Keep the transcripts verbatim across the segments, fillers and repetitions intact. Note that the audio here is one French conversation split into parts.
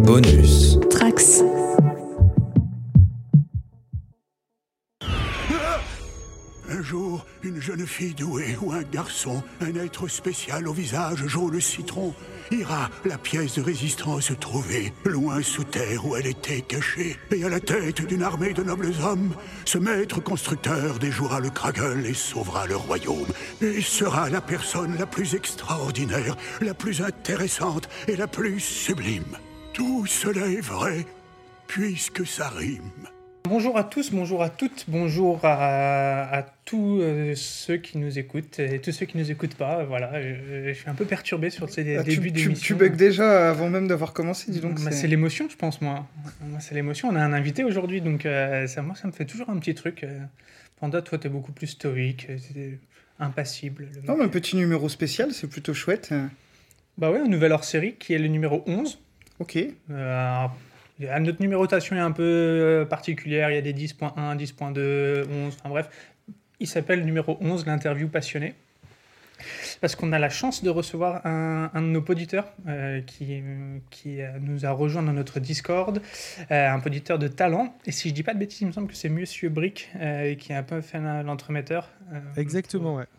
Bonus. Trax. Un jour, une jeune fille douée ou un garçon, un être spécial au visage jaune citron, ira la pièce de résistance trouver, loin sous terre où elle était cachée. Et à la tête d'une armée de nobles hommes, ce maître constructeur déjouera le Kragel et sauvera le royaume. Et sera la personne la plus extraordinaire, la plus intéressante et la plus sublime. Tout cela est vrai, puisque ça rime. Bonjour à tous, bonjour à toutes, bonjour à, à tous euh, ceux qui nous écoutent et tous ceux qui nous écoutent pas. Voilà, je, je suis un peu perturbé sur ces ah, débuts tu, d'émission. Tu, tu bugs déjà avant même d'avoir commencé, dis donc. Bah, c'est... c'est l'émotion, je pense, moi. moi. C'est l'émotion. On a un invité aujourd'hui, donc euh, ça, moi, ça me fait toujours un petit truc. Euh, Panda, toi, t'es beaucoup plus stoïque, t'es impassible. Le non, mais un petit numéro spécial, c'est plutôt chouette. Bah ouais, un nouvel hors-série qui est le numéro onze. Ok. Euh, Notre numérotation est un peu particulière, il y a des dix point un, dix point deux, onze, enfin bref. Il s'appelle numéro onze, l'interview passionnée. Parce qu'on a la chance de recevoir un, un de nos poditeurs euh, qui, qui nous a rejoint dans notre Discord, euh, un poditeur de talent. Et si je dis pas de bêtises, il me semble que c'est Monsieur Brick euh, qui a un peu fait l'entremetteur. Euh, Exactement, pour... ouais.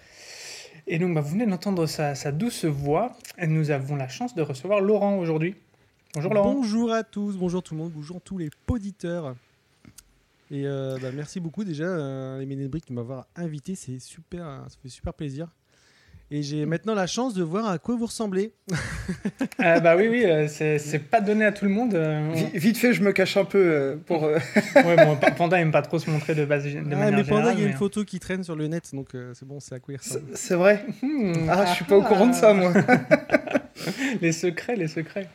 Et donc, bah, vous venez d'entendre sa, sa douce voix. Et nous avons la chance de recevoir Laurent aujourd'hui. Bonjour Laurent. Bonjour à tous, bonjour tout le monde, bonjour tous les poditeurs. Et euh, bah, merci beaucoup déjà, euh, les Ménés Brick, de m'avoir invité, c'est super, ça fait super plaisir. Et j'ai maintenant la chance de voir à quoi vous ressemblez. euh, bah oui, oui, euh, c'est, c'est pas donné à tout le monde. Euh, on... Vite fait, je me cache un peu euh, pour. Euh... ouais, bon, Panda aime pas trop se montrer de base de ah, manière mais générale. Panda, il y a mais... une photo qui traîne sur le net, donc euh, c'est bon, c'est à quoi il ressemble. C'est, c'est vrai. Mmh, ah, je suis pas ah, au courant de ça, moi. les secrets, les secrets.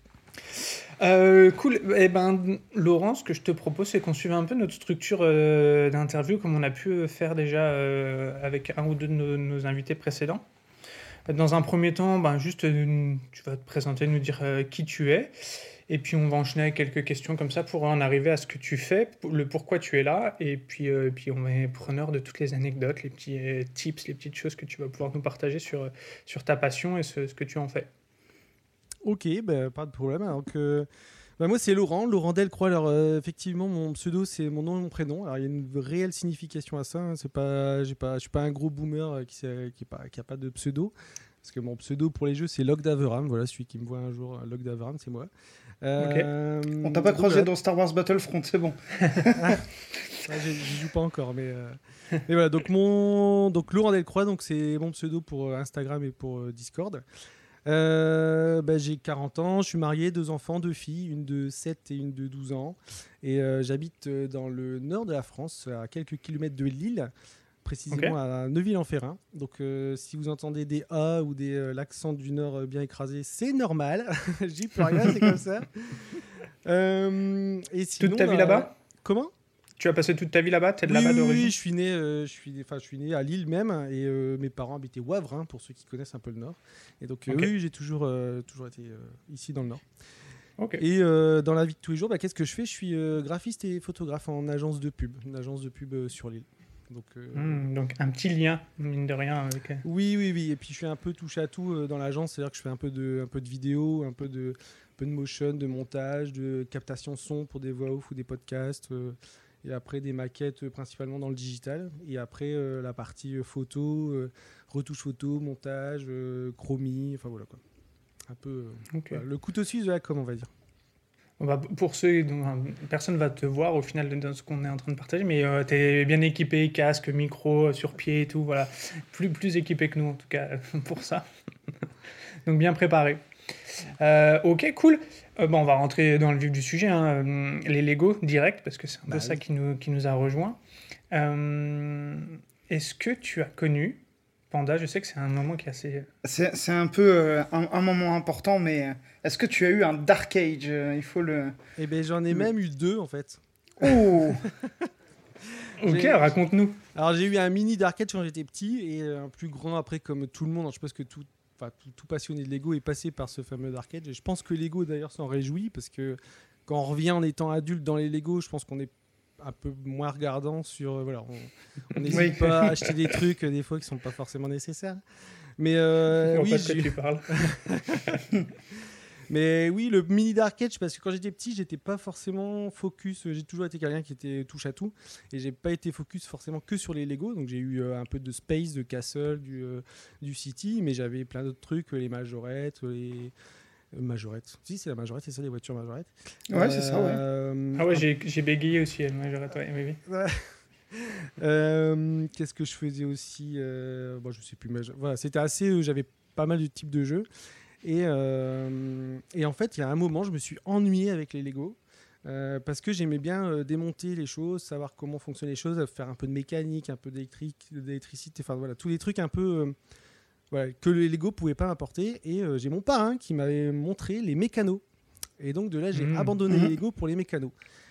Euh, cool. Eh ben, Laurent, ce que je te propose, c'est qu'on suive un peu notre structure euh, d'interview, comme on a pu faire déjà euh, avec un ou deux de nos, nos invités précédents. Dans un premier temps, ben, juste, euh, tu vas te présenter, nous dire euh, qui tu es, et puis on va enchaîner avec quelques questions comme ça pour en arriver à ce que tu fais, le pourquoi tu es là, et puis, euh, puis on est preneur de toutes les anecdotes, les petits euh, tips, les petites choses que tu vas pouvoir nous partager sur, sur ta passion et ce, ce que tu en fais. Ok, bah, pas de problème. Alors que, bah, moi, c'est Laurent, Laurent Delcroix. Alors, euh, effectivement, mon pseudo, c'est mon nom et mon prénom. Alors, il y a une réelle signification à ça. Hein. C'est pas, j'ai pas, je ne suis pas un gros boomer qui n'a qui pas, qui pas de pseudo. Parce que mon pseudo pour les jeux, c'est Log d'Averam. Voilà, celui qui me voit un jour, Log d'Averam, c'est moi. Euh, okay. On t'a pas croisé voilà. dans Star Wars Battlefront, c'est bon. ah, je ne joue pas encore, mais, euh... mais voilà. Donc, mon... donc, Laurent Delcroix, donc, c'est mon pseudo pour Instagram et pour euh, Discord. Euh, bah, j'ai quarante ans, je suis marié, deux enfants, deux filles, une de sept et une de douze ans. Et euh, j'habite dans le nord de la France, à quelques kilomètres de Lille, précisément okay. à Neuville-en-Ferrain. Donc euh, si vous entendez des A ou des euh, l'accent du nord bien écrasé, c'est normal. J'y peux rien, c'est comme ça. Euh, et sinon, toute ta vie bah, là-bas ? Comment ? Tu as passé toute ta vie là-bas, t'es de oui, là-bas d'origine ? Oui, je suis né, euh, je suis, enfin, je suis né à Lille même, et euh, mes parents habitaient Wavre, hein, pour ceux qui connaissent un peu le Nord. Et donc, euh, okay. oui, j'ai toujours, euh, toujours été euh, ici dans le Nord. Okay. Et euh, dans la vie de tous les jours, bah, qu'est-ce que je fais ? Je suis euh, graphiste et photographe en agence de pub, une agence de pub euh, sur Lille. Donc, euh, mmh, donc un petit lien, mine de rien. Avec... Oui, oui, oui. Et puis je suis un peu touche à tout euh, dans l'agence, c'est-à-dire que je fais un peu de, un peu de vidéo, un peu de, un peu de motion, de montage, de captation son pour des voix off ou des podcasts. Euh, Et après, des maquettes euh, principalement dans le digital. Et après, euh, la partie euh, photo, euh, retouche photo, montage, euh, chromie, enfin voilà quoi. Un peu euh, okay. voilà, le couteau suisse de la com, on va dire. Bah, pour ceux dont personne ne va te voir au final de ce qu'on est en train de partager, mais euh, tu es bien équipé, casque, micro, sur pied et tout, voilà. Plus, plus équipé que nous en tout cas pour ça. Donc bien préparé. Euh, ok, cool. Euh, bon, on va rentrer dans le vif du sujet, hein. Les Lego direct, parce que c'est un bah peu oui. ça qui nous, qui nous a rejoints. Euh, est-ce que tu as connu Panda ? Je sais que c'est un moment qui est assez... C'est, c'est un peu euh, un, un moment important, mais est-ce que tu as eu un Dark Age ? Il faut le... Eh bien, j'en ai le... même eu deux, en fait. Oh Ok, j'ai... raconte-nous. Alors, j'ai eu un mini Dark Age quand j'étais petit, et un plus grand après, comme tout le monde. Je pense que tout... Enfin, tout, tout passionné de Lego est passé par ce fameux Dark Age. Et je pense que Lego, d'ailleurs, s'en réjouit, parce que quand on revient en étant adulte dans les Lego, je pense qu'on est un peu moins regardant sur... Euh, voilà, on n'hésite oui. pas à acheter des trucs, euh, des fois, qui ne sont pas forcément nécessaires. Mais euh, oui, pas de quoi tu parles. Mais oui, le mini Dark Age, parce que quand j'étais petit, j'étais pas forcément focus. J'ai toujours été quelqu'un qui était touche à tout. Et j'ai pas été focus forcément que sur les Lego. Donc j'ai eu euh, un peu de Space, de Castle, du, euh, du City. Mais j'avais plein d'autres trucs, les majorettes, les. euh, Majorette. Si, c'est la Majorette, c'est ça, les voitures Majorette. Ouais, c'est ça, ouais. Euh, Ah ouais, j'ai, j'ai bégayé aussi, elle, Majorette, ouais, oui, oui. Ouais. Euh, qu'est-ce que je faisais aussi euh, bon, je sais plus, mais je- voilà, c'était assez. euh, J'avais pas mal de types de jeux. Et, euh, et en fait, il y a un moment, je me suis ennuyé avec les Lego. euh, parce que j'aimais bien euh, démonter les choses, savoir comment fonctionnent les choses, faire un peu de mécanique, un peu d'électrique, d'électricité, enfin voilà, tous les trucs un peu euh, voilà, que les Lego pouvaient pas apporter. Et euh, j'ai mon parrain qui m'avait montré les mécanos. Et donc de là, j'ai Mmh. abandonné Mmh. les Lego pour les mécanos.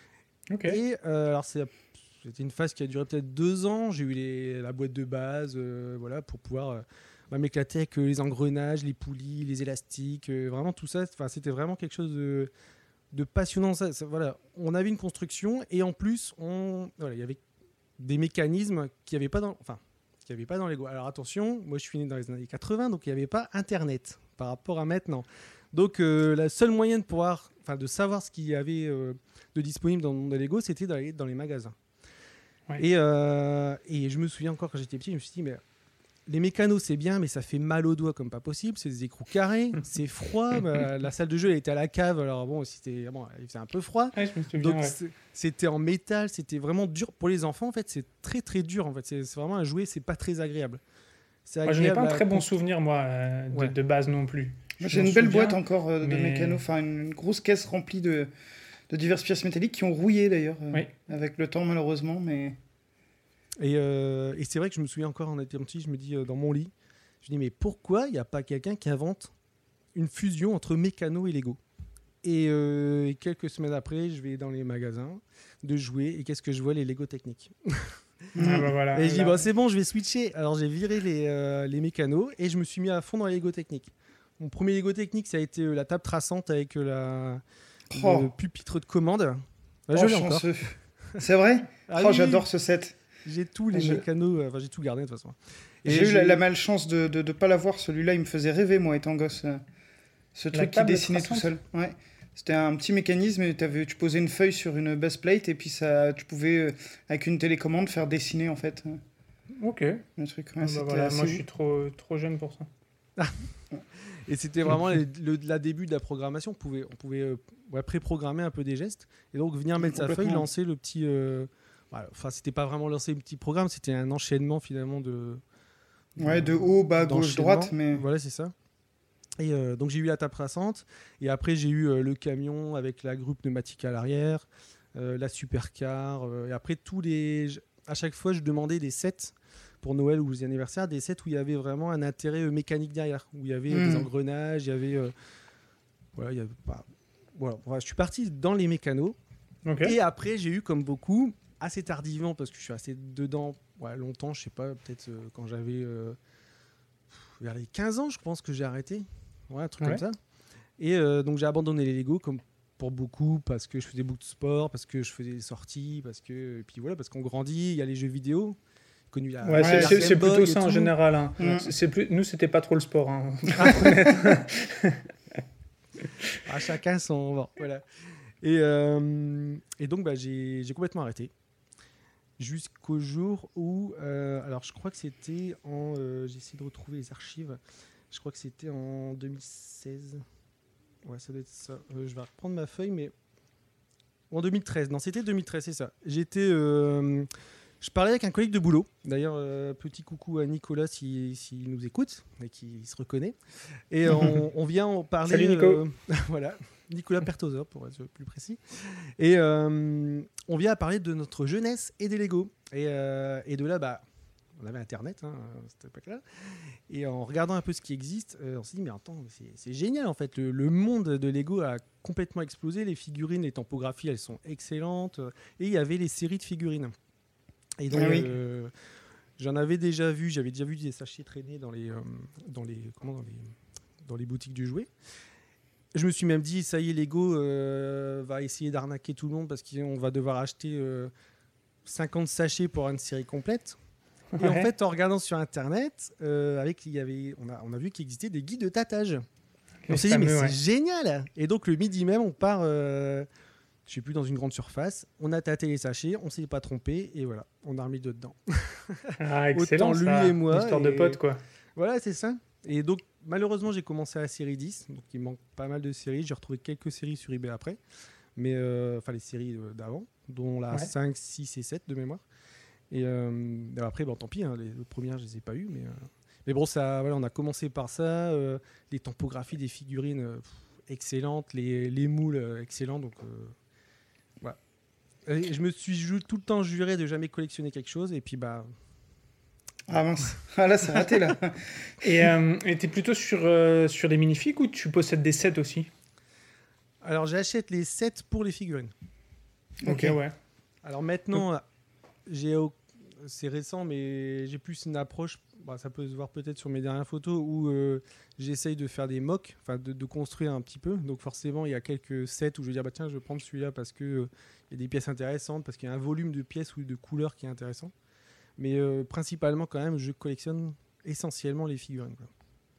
Ok. Et euh, alors c'est c'était une phase qui a duré peut-être deux ans. J'ai eu les, la boîte de base, euh, voilà, pour pouvoir euh, bah, m'éclater avec euh, les engrenages, les poulies, les élastiques, euh, vraiment tout ça. Enfin, c'était vraiment quelque chose de, de passionnant. Ça, ça- voilà, on avait une construction et en plus, on, voilà, il y avait des mécanismes qu'il n'y avait pas dans, enfin, qu'il y avait pas dans Lego. Alors attention, moi je suis né dans les années quatre-vingts, donc il n'y avait pas Internet par rapport à maintenant. Donc euh, la seule moyen de pouvoir, enfin, de savoir ce qu'il y avait euh, de disponible dans le monde de Lego, c'était d'aller dans les magasins. Ouais. Et, euh, et je me souviens encore quand j'étais petit, je me suis dit, mais les mécanos c'est bien, mais ça fait mal aux doigts comme pas possible. C'est des écrous carrés, c'est froid. Bah, la salle de jeu elle était à la cave, alors bon, c'était, bon, il faisait un peu froid. Ouais, je me souviens, Donc ouais. c'est- c'était en métal, c'était vraiment dur pour les enfants. En fait, c'est très très dur. En fait, c'est c'est vraiment un jouet, c'est pas très agréable. C'est Moi, je n'ai pas un agréable à très bon con- souvenir, moi, euh, de, Ouais. de base non plus. Moi, Je j'ai m'en une belle souviens, boîte encore euh, de mais- mécano, enfin une, une grosse caisse remplie de, de diverses pièces métalliques qui ont rouillé d'ailleurs euh, Oui. avec le temps malheureusement, mais Et, euh, et c'est vrai que je me souviens encore en étant petit, je me dis euh, dans mon lit, je me dis mais pourquoi il n'y a pas quelqu'un qui invente une fusion entre mécano et Lego. Et euh, quelques semaines après, je vais dans les magasins de jouets et qu'est-ce que je vois, les Lego techniques. Ah bah voilà. Et je dis là. bah, c'est bon, je vais switcher. Alors j'ai viré les, euh, les mécanos et je me suis mis à fond dans les Lego techniques. Mon premier Lego technique, ça a été euh, la table traçante avec euh, la, Oh. le pupitre de commande. Bah, oh, je l'ai encore. chanceux. C'est vrai. Ah Oh, oui, j'adore ce set. J'ai tous les Je- mécanos, euh, enfin j'ai tout gardé de toute façon. Et J'ai eu la, la malchance de ne pas l'avoir, celui-là, il me faisait rêver, moi, étant gosse. euh, Ce La truc qui table dessinait tout traçante seul. Ouais. C'était un petit mécanisme, et t'avais- tu posais une feuille sur une base plate, et puis ça, tu pouvais, euh, avec une télécommande, faire dessiner, en fait, euh, Ok. le truc. Ouais, Ah bah c'était voilà, assez moi, je ouf. suis trop, trop jeune pour ça. Et c'était vraiment le, le- la début de la programmation. On pouvait, on pouvait euh, ouais, pré-programmer un peu des gestes et donc venir mettre sa feuille, Complètement. lancer le petit. euh, voilà. Enfin, c'était pas vraiment lancer le petit programme, c'était un enchaînement finalement de. Ouais, de haut, bas, gauche, d'enchaînement. droite, mais... Voilà, c'est ça. Et euh, donc j'ai eu la table traçante et après j'ai eu euh, le camion avec la grue pneumatique à l'arrière, euh, la supercar euh, et après tous les. À chaque fois, je demandais des sets pour Noël ou les anniversaires, des sets où il y avait vraiment un intérêt euh, mécanique derrière, où il y avait euh, Mm. des engrenages, il y avait. euh, voilà, il y avait pas. Voilà, Voilà, je suis parti dans les mécanos. Ok. Et après, j'ai eu comme beaucoup, assez tardivement, parce que je suis resté dedans ouais, longtemps, je sais pas, peut-être euh, quand j'avais euh, vers les quinze ans, je pense que j'ai arrêté. Ouais, un truc Ouais. comme ça. Et euh, donc j'ai abandonné les Lego comme pour beaucoup, parce que je faisais beaucoup de sport, parce que je faisais des sorties, parce que. Et puis voilà, parce qu'on grandit, il y a les jeux vidéo. Connu la, Ouais, la c'est, c'est- Game c'est Boy plutôt et ça en tout. général. hein. Mm. C'est, c'est plus... Nous, c'était pas trop le sport. hein. À chacun son. Bon, voilà. Et, euh, et donc, bah, j'ai, j'ai complètement arrêté. Jusqu'au jour où. euh, alors, je crois que c'était en. euh, j'ai essayé de retrouver les archives. Je crois que c'était en deux mille seize. Ouais, ça doit être ça. Euh, je vais reprendre ma feuille, mais. En deux mille treize. Non, c'était deux mille treize, c'est ça. J'étais. euh, je parlais avec un collègue de boulot. D'ailleurs, euh, petit coucou à Nicolas s'il si, s'il nous écoute et qui se reconnaît. Et on, on vient en parler. Salut, Nico. euh, voilà. Nicolas Pertosa, pour être plus précis. Et euh, on vient à parler de notre jeunesse et des Lego. Et, euh, et de là, bah, on avait Internet, hein, à cette époque-là. Et en regardant un peu ce qui existe, euh, on s'est dit, mais attends, c'est, c'est génial en fait. Le, le monde de Lego a complètement explosé. Les figurines, les tampographies, elles sont excellentes. Et il y avait les séries de figurines. Et donc, Ah oui. euh, j'en avais déjà vu, j'avais déjà vu des sachets traîner dans les, euh, dans les, comment, dans les, dans les boutiques du jouet. Je me suis même dit, ça y est, Lego euh, va essayer d'arnaquer tout le monde parce qu'on va devoir acheter euh, cinquante sachets pour avoir une série complète. Et en Ouais. fait, en regardant sur Internet, euh, avec, il y avait, on, a, on a vu qu'il existait des guides de tâtage. On Les s'est dit, mais fameux, c'est ouais. génial. Et donc, le midi même, on part, euh, je sais plus, dans une grande surface. On a tâté les sachets, on s'est pas trompé. Et voilà, on a remis dedans. Ah, excellent, Autant lui ça. et moi, Une histoire de et- potes, quoi. Voilà, c'est ça. Et donc, malheureusement, j'ai commencé à la série dix. Donc, il manque pas mal de séries. J'ai retrouvé quelques séries sur eBay après. Mais, euh, enfin, les séries euh, d'avant, dont la Ouais. cinq, six et sept de mémoire. Et euh, après, bon, tant pis, hein, les, les premières, je les ai pas eues. Mais, euh, mais bon, ça, voilà, on a commencé par ça. euh, les tampographies des figurines, euh, pff, excellentes. Les, les moules, euh, excellents. Donc, euh, voilà. Et je me suis jou- tout le temps juré de jamais collectionner quelque chose. Et puis, bah, Ah mince. Ah là, c'est raté là. Et euh, et t'es plutôt sur, euh, sur les minifigs ou tu possèdes des sets aussi? alors, j'achète les sets pour les figurines. Ok, Ok. ouais. Alors maintenant, j'ai au- c'est récent, mais j'ai plus une approche. Bah, ça peut se voir peut-être sur mes dernières photos où euh, j'essaye de faire des mocks, enfin de, de construire un petit peu. Donc forcément, il y a quelques sets où je vais dire bah tiens, je vais prendre celui-là parce que euh, il y a des pièces intéressantes, parce qu'il y a un volume de pièces ou de couleurs qui est intéressant. Mais euh, principalement, quand même, je collectionne essentiellement les figurines, quoi.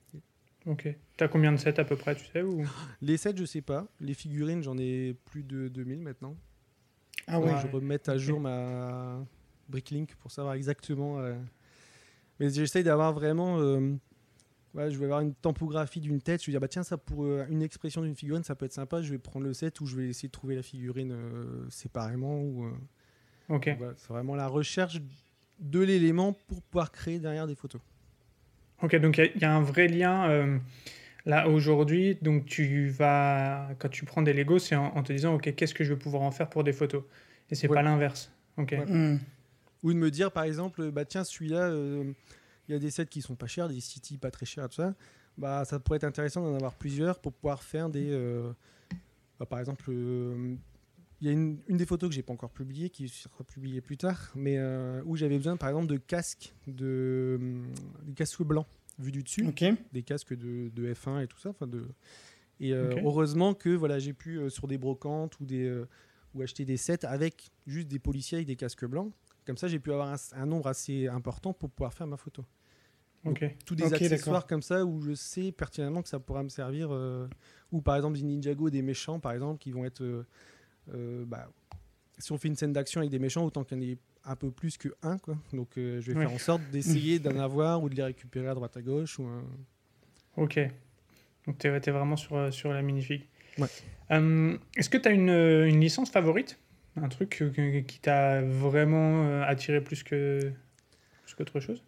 Ok. T'as combien de sets à peu près, tu sais ou... Les sets, je sais pas. Les figurines, j'en ai plus de deux mille maintenant. Ah Faut ouais. que je remette à ok. jour ma Bricklink pour savoir exactement. euh, Mais j'essaye d'avoir vraiment. euh, ouais, je vais avoir une tampographie d'une tête. Je vais dire, bah tiens, ça pour euh, une expression d'une figurine, ça peut être sympa. Je vais prendre le set ou je vais essayer de trouver la figurine euh, séparément. Ou, euh, Ok. voilà, c'est vraiment la recherche de l'élément pour pouvoir créer derrière des photos. Ok, donc il y, a- il y a un vrai lien euh, là aujourd'hui. Donc tu vas, quand tu prends des Lego, c'est en, en te disant, ok, qu'est-ce que je vais pouvoir en faire pour des photos? Et c'est Ouais. pas l'inverse. Ok. Ouais. Hmm. Ou de me dire, par exemple, bah tiens, celui-là, euh, il y a des sets qui sont pas chers, des City pas très chers, tout ça. Bah, ça pourrait être intéressant d'en avoir plusieurs pour pouvoir faire des. euh, bah, par exemple, euh, il y a une, une des photos que j'ai pas encore publiée, qui sera publiée plus tard, mais euh, où j'avais besoin, par exemple, de casques, de, hum, des casques blancs vus du dessus, Ok. des casques de, de F un et tout ça. enfin De, et euh, Ok. heureusement que voilà, j'ai pu, euh, sur des brocantes ou, des, euh, ou acheter des sets avec juste des policiers avec des casques blancs. Comme ça, j'ai pu avoir un, un nombre assez important pour pouvoir faire ma photo. Ok. Tous des Ok, accessoires d'accord. comme ça où je sais pertinemment que ça pourra me servir. euh, ou par exemple des Ninjago, des méchants, par exemple, qui vont être. euh, euh, bah, si on fait une scène d'action avec des méchants, autant qu'il y en ait un peu plus que un, quoi. Donc euh, je vais Oui. faire en sorte d'essayer d'en avoir ou de les récupérer à droite à gauche. Ou un- Ok. Donc t'es, t'es vraiment sur, euh, sur la minifig. Ouais. Euh, est-ce que t'as une, euh, une licence favorite? Un truc euh, que- qui t'a vraiment euh, attiré plus que plus qu'autre chose?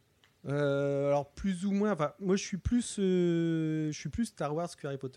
Euh, alors plus ou moins. Enfin, moi je suis plus, euh, je suis plus Star Wars que Harry Potter.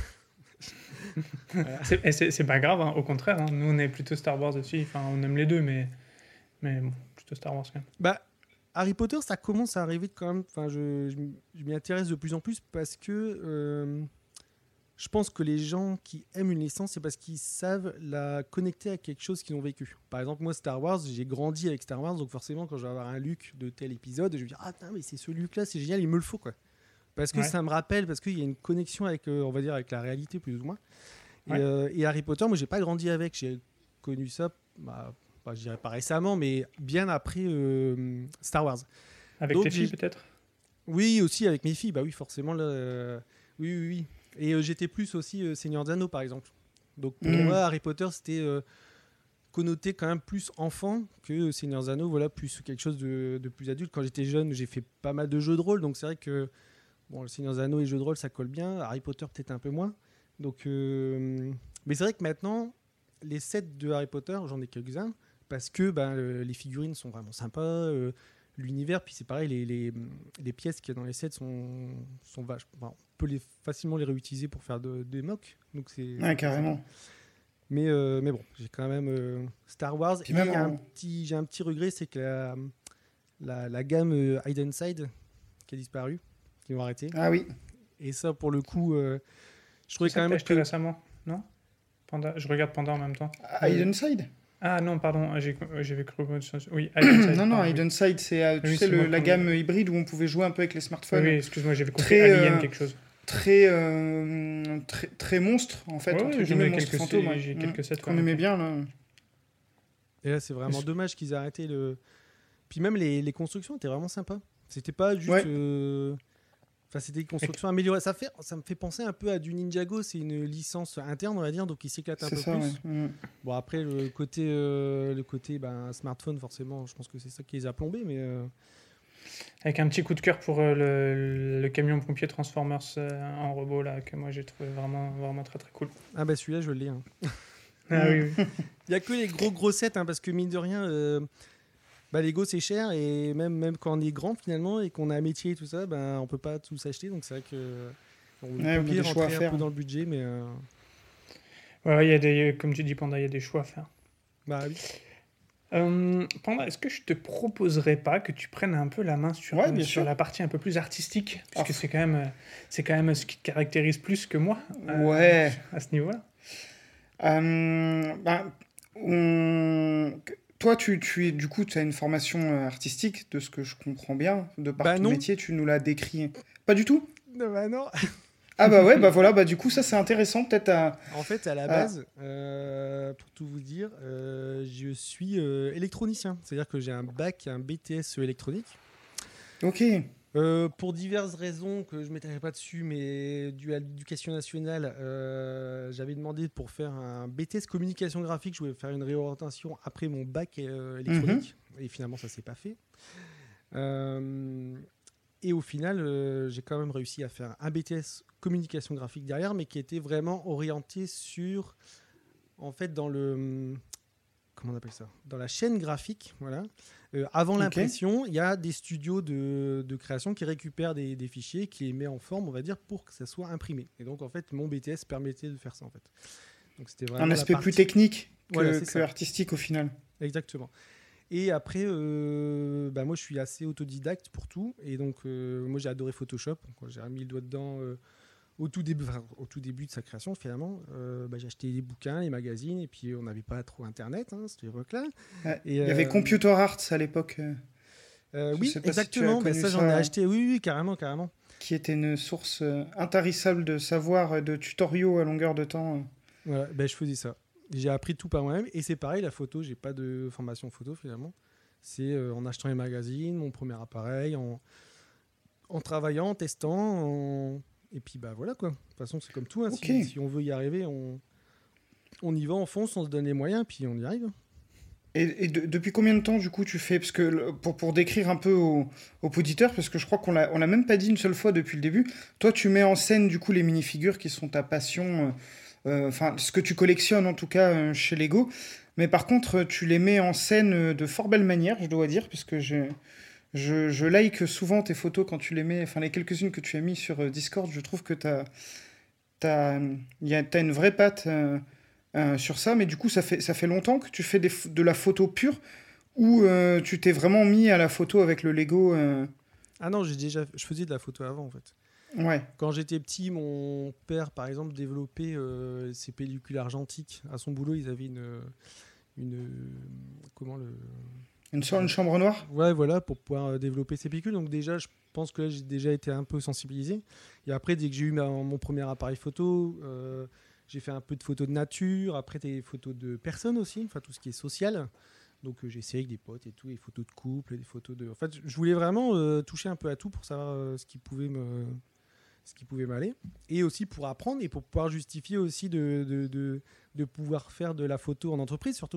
Voilà. C'est, et c'est, c'est pas grave, hein, au contraire. Hein. Nous, on est plutôt Star Wars aussi. Enfin, on aime les deux, mais, mais bon, plutôt Star Wars quand même. Bah, Harry Potter, ça commence à arriver quand même. Enfin, je, je m- je m'y intéresse de plus en plus parce que euh, je pense que les gens qui aiment une licence, c'est parce qu'ils savent la connecter à quelque chose qu'ils ont vécu. Par exemple, moi, Star Wars, j'ai grandi avec Star Wars, donc forcément, quand je vais avoir un Luke de tel épisode, je vais dire ah putain, mais c'est ce Luke-là, c'est génial, il me le faut quoi. Parce que Ouais. ça me rappelle, parce qu'il y a une connexion avec, euh, on va dire, avec la réalité plus ou moins. Et, Ouais. euh, et Harry Potter, moi, j'ai pas grandi avec. J'ai connu ça, bah, bah, je dirais pas récemment, mais bien après euh, Star Wars. Avec Donc, tes filles, j'ai- peut-être? Oui, aussi avec mes filles, bah oui, forcément. Là, euh, oui, oui, oui. Et euh, j'étais plus aussi euh, Seigneur des Anneaux, par exemple. Donc pour Mm. moi, Harry Potter, c'était euh, connoté quand même plus enfant que Seigneur des Anneaux, voilà, plus quelque chose de, de plus adulte. Quand j'étais jeune, j'ai fait pas mal de jeux de rôle, donc c'est vrai que bon, le Seigneur des Anneaux et les jeux de rôle, ça colle bien. Harry Potter, peut-être un peu moins. Donc, euh, mais c'est vrai que maintenant, les sets de Harry Potter, j'en ai quelques-uns, parce que ben, euh, les figurines sont vraiment sympas, euh, l'univers, puis c'est pareil, les, les, les pièces qu'il y a dans les sets sont, sont vaches. Enfin, on peut les, facilement les réutiliser pour faire de- des mocks. Donc c'est, Ouais, carrément. mais, euh, mais bon, j'ai quand même euh, Star Wars. Puis Et même il y a en- un petit, j'ai un petit regret, c'est que la, la, la gamme euh, Hidden Side qui a disparu, qui vont arrêter. Ah oui. Et ça, pour le coup, euh, je C'est trouvais ça quand que t'as même acheté que... récemment? Non? Panda. Je regarde Panda en même temps. Ah, Hidden Side. Ah non, pardon, j'ai, j'avais cru... Oui, Hidden Non, non, pardon, oui. Hidden Side, c'est euh, tu Oui, sais, c'est le- moi la qui- gamme hybride où on pouvait jouer un peu avec les Oui, smartphones. oui, excuse-moi, j'avais compris Très, Alien euh, quelque chose. Très, euh, très, très monstre, en fait, Ouais, entre ouais, j'en guillemets, ai monstre quelques- fantôme. ouais. j'ai Mm. quelques sets, Qu'on ouais, aimait ok. bien, là. Et là, c'est vraiment Est-ce- dommage qu'ils aient arrêté le... Puis même les, les constructions étaient vraiment sympas. C'était pas juste... Ouais. euh, Enfin, c'est des constructions améliorées. Ça, fait, ça me fait penser un peu à du Ninjago. C'est une licence interne, on va dire, donc il s'éclate un C'est peu ça, plus. ouais. Mm. Bon, après, le côté, euh, le côté ben, smartphone, forcément, je pense que c'est ça qui les a plombés. Mais, euh... Avec un petit coup de cœur pour euh, le, le camion pompier Transformers euh, en robot, là, que moi j'ai trouvé vraiment, vraiment très très cool. Ah bah celui-là, je l'ai. Hein. Ah oui, oui. Il n'y a que les gros gros sets, hein, parce que mine de rien, euh, bah, Lego c'est cher, et même, même quand on est grand finalement, et qu'on a un métier et tout ça, ben on peut pas tout s'acheter, donc c'est vrai que on Ouais, peut on a des choix à rentrer un faire. peu dans le budget, mais... Euh... Ouais, ouais, il y a des, comme tu dis, Panda, il y a des choix à faire. Bah oui. Euh, Panda, est-ce que je te proposerais pas que tu prennes un peu la main sur, Ouais, euh, bien sur sûr. la partie un peu plus artistique, puisque Ah. c'est quand même, euh, c'est quand même ce qui te caractérise plus que moi euh, Ouais. à ce niveau-là. Euh, bah, on- Toi, tu, tu es, du coup, tu as une formation euh, artistique, de ce que je comprends bien, de par Bah ton non. métier, tu nous l'as décrit. Pas du tout? Non, bah non. Ah bah ouais, bah voilà, bah du coup, ça c'est intéressant, peut-être à... En fait, à la Ah. base, euh, pour tout vous dire, euh, je suis euh, électronicien. C'est-à-dire que j'ai un bac, un B T S électronique. Ok. Euh, pour diverses raisons que je ne m'étalerai pas dessus, mais dû à l'éducation nationale, euh, j'avais demandé pour faire un B T S communication graphique, je voulais faire une réorientation après mon bac euh, électronique. Et finalement, ça ne s'est pas fait. Euh, et au final, euh, j'ai quand même réussi à faire un B T S communication graphique derrière, mais qui était vraiment orienté sur, en fait, dans le... Comment on appelle ça ? Dans la chaîne graphique, voilà. Euh, avant Ok. l'impression, il y a des studios de, de création qui récupèrent des, des fichiers, qui les met en forme, on va dire, pour que ça soit imprimé. Et donc, en fait, mon B T S permettait de faire ça, en fait. Donc, c'était vraiment Un la aspect partie- plus technique que, Voilà, c'est que ça. artistique au final. Exactement. Et après, euh, bah moi, je suis assez autodidacte pour tout. Et donc, euh, moi, j'ai adoré Photoshop. Quand j'ai remis le doigt dedans euh, au, tout début, enfin, au tout début de sa création, finalement, euh, bah, j'ai acheté les bouquins, les magazines. Et puis, on n'avait pas trop Internet, hein, à cette époque-là. Ouais. Et, Il y avait euh, Computer Arts à l'époque, euh, Euh, Je oui, sais pas si tu as exactement. Bah, connu ça, j'en ça. ai acheté. Oui, oui, carrément, carrément. qui était une source euh, intarissable de savoir, euh, de tutoriaux à longueur de temps. euh. Voilà, ben, je faisais ça. J'ai appris tout par moi-même. Et c'est pareil, la photo, j'ai pas de formation photo finalement. C'est euh, en achetant les magazines, mon premier appareil, en, en travaillant, en testant. en- Et puis bah voilà quoi. De toute façon, c'est comme tout. Hein. Ok. Si, si on veut y arriver, on, on y va, on fonce, on se donne les moyens, puis on y arrive. Et, et de- depuis combien de temps, du coup, tu fais... Parce que le- pour, pour décrire un peu aux, aux auditeurs, parce que je crois qu'on l'a, on l'a même pas dit une seule fois depuis le début, toi, tu mets en scène, du coup, les minifigures qui sont ta passion, euh, euh, enfin, ce que tu collectionnes, en tout cas, euh, chez Lego. Mais par contre, tu les mets en scène euh, de fort belle manière, je dois dire, parce que je, je, je like souvent tes photos quand tu les mets, enfin, les quelques-unes que tu as mis sur euh, Discord, je trouve que t'as, t'as, y a, t'as une vraie patte... euh, Euh, sur ça, mais du coup, ça fait, ça fait longtemps que tu fais des f- de la photo pure ou euh, tu t'es vraiment mis à la photo avec le Lego euh, Ah non, j'ai déjà, je faisais de la photo avant en fait. Ouais, Quand j'étais petit, mon père, par exemple, développait euh, ses pellicules argentiques. À son boulot, ils avaient une, une comment le, une, sur une chambre noire. ouais, voilà, pour pouvoir euh, développer ses pellicules. Donc déjà, je pense que là, j'ai déjà été un peu sensibilisé. Et après, dès que j'ai eu ma- mon premier appareil photo, euh, j'ai fait un peu de photos de nature. Après, des photos de personnes aussi, enfin tout ce qui est social. Donc euh, j'ai essayé avec des potes et tout, des photos de couple, des photos de. En fait, je voulais vraiment euh, toucher un peu à tout pour savoir euh, ce qui pouvait me, ce qui pouvait m'aller, et aussi pour apprendre et pour pouvoir justifier aussi de de, de, de pouvoir faire de la photo en entreprise surtout.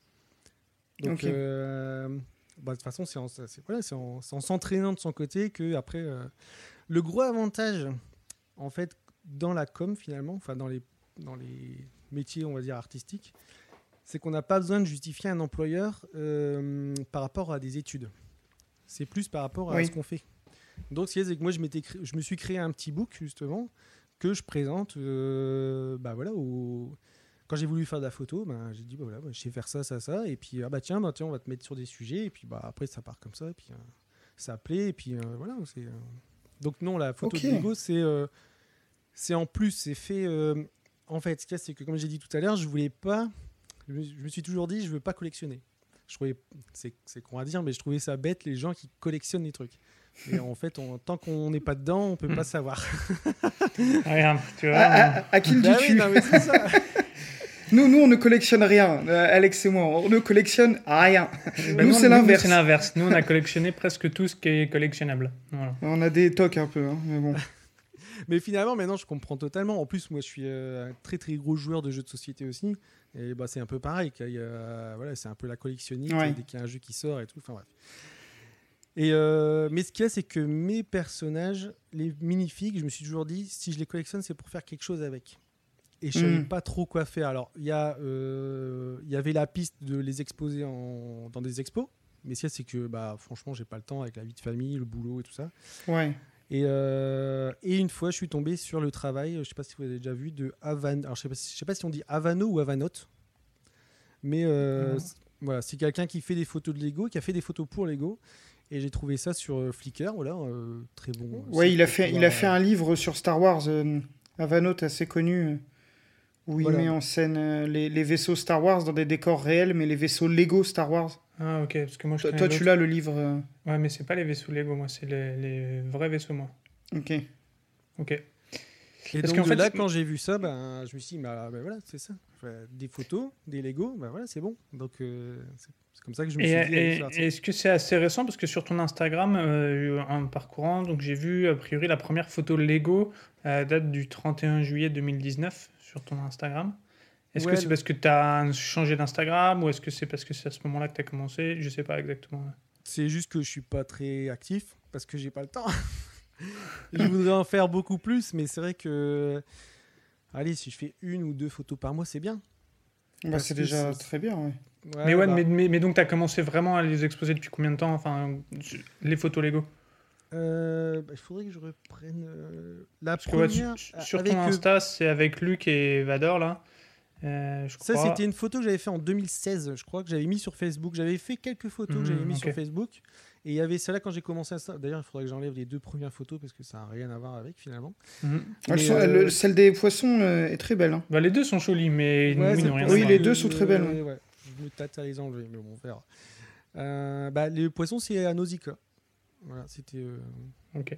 Donc Ok. euh, bah, de toute façon, c'est en, c'est, voilà, c'est en, c'est en s'entraînant de son côté que après euh, le gros avantage en fait dans la com finalement, enfin dans les dans les métiers on va dire artistiques, c'est qu'on n'a pas besoin de justifier un employeur euh, par rapport à des études. C'est plus par rapport à Oui. ce qu'on fait. Donc, ce qui est, c'est que moi, je, m'étais cré- je me suis créé un petit book, justement, que je présente euh, bah, voilà, au... quand j'ai voulu faire de la photo, bah, j'ai dit, bah, voilà, bah, je sais faire ça, ça, ça. Et puis, ah, bah, tiens, bah, tiens, on va te mettre sur des sujets. Et puis, bah, après, ça part comme ça. Et puis, euh, ça plaît. Et puis, euh, voilà. C'est, euh... Donc, non, la photo Ok. de Lego, c'est, euh, c'est en plus, c'est fait... euh, En fait, ce qu'il y a, c'est que, comme j'ai dit tout à l'heure, je voulais pas... Je me, je me suis toujours dit, je veux pas collectionner. Je trouvais, c'est, c'est con à dire, mais je trouvais ça bête les gens qui collectionnent les trucs. Et en fait, on, tant qu'on n'est pas dedans, on peut pas savoir. Regarde, tu vois. À, à- à qui le Bah dis-tu? oui, non, mais c'est ça. Nous, nous, on ne collectionne rien, euh, Alex et moi, on ne collectionne rien. Ben nous, non, c'est l'inverse. C'est l'inverse. Nous, on a collectionné presque tout ce qui est collectionnable. Voilà. On a des tocs un peu, hein, mais bon. Mais finalement, maintenant, je comprends totalement. En plus, moi, je suis euh, un très très gros joueur de jeux de société aussi. Et bah, c'est un peu pareil. Il y a, voilà, c'est un peu la collectionnite Ouais. dès qu'il y a un jeu qui sort et tout. Enfin bref. Et euh, mais ce qu'il y a, c'est que mes personnages, les minifigs, je me suis toujours dit, si je les collectionne, c'est pour faire quelque chose avec. Et je savais Mm. pas trop quoi faire. Alors, il y, euh, y avait la piste de les exposer en, dans des expos. Mais ce qu'il y a, c'est que bah, franchement, j'ai pas le temps avec la vie de famille, le boulot et tout ça. Ouais. Et, euh, et une fois, je suis tombé sur le travail, je sais pas si vous avez déjà vu, de Havan. Alors, je sais pas, si- je sais pas si on dit Havano ou Havanote. Mais euh, Mhm. c'est- voilà, c'est quelqu'un qui fait des photos de Lego, qui a fait des photos pour Lego. Et j'ai trouvé ça sur euh, Flickr, voilà, euh, très bon. Ouais, site il a pour fait, il pouvoir, a fait un livre sur Star Wars, euh, Havanote, assez connu, euh, où Voilà. il met en scène euh, les, les vaisseaux Star Wars dans des décors réels, mais les vaisseaux Lego Star Wars. Ah, ok. Parce que moi, je Toi, connais toi, tu l'autre. l'as, le livre. euh, Ouais, mais c'est pas les vaisseaux Lego, moi. C'est les, les vrais vaisseaux, moi. Ok. Ok. Et Parce donc qu'en de fait, là, c'est- quand j'ai vu ça, ben, je me suis dit, bah, bah, voilà, c'est ça. Enfin, des photos, des Lego, ben voilà, c'est bon. Donc euh, c'est c'est comme ça que je me Et, suis dit. allez, et- je vais partir. et est-ce que c'est assez récent? Parce que sur ton Instagram, euh, en parcourant, donc j'ai vu a priori la première photo Lego euh, date du trente et un juillet deux mille dix-neuf sur ton Instagram. Est-ce Ouais, que c'est le- parce que tu as changé d'Instagram ou est-ce que c'est parce que c'est à ce moment-là que tu as commencé? Je sais pas exactement. C'est juste que je suis pas très actif parce que j'ai pas le temps. Je voudrais en faire beaucoup plus, mais c'est vrai que, allez, si je fais une ou deux photos par mois, c'est bien. Bah, Parce c'est que déjà c'est- très bien, ouais. Ouais, mais ouais, bah, mais, mais, mais donc tu as commencé vraiment à les exposer depuis combien de temps? Enfin, les photos Lego. euh, bah, il faudrait que je reprenne euh, la Parce que ouais, première. sur, a- sur avec, ton euh, Insta, c'est avec Luc et Vador là. Euh, je Ça, crois. c'était une photo que j'avais fait en deux mille seize, je crois, que j'avais mis sur Facebook. J'avais fait quelques photos que j'avais Mhm, mis ok. sur Facebook. Et il y avait celle-là quand j'ai commencé à ça. D'ailleurs, il faudrait que j'enlève les deux premières photos parce que ça n'a rien à voir avec finalement. Mhm. Elles Mais, sont- euh, le- celle des poissons euh, est très belle. Hein. Bah, les deux sont jolis, mais Ouais, oui, c'est n'ont rien pour à Oui, ça voir. les que- deux sont très belles, ouais. ouais. Je me tâte à les enlever, mais bon, on verra. Euh, bah, les poissons, c'est à Nausicaa. Voilà, c'était. euh, Ok.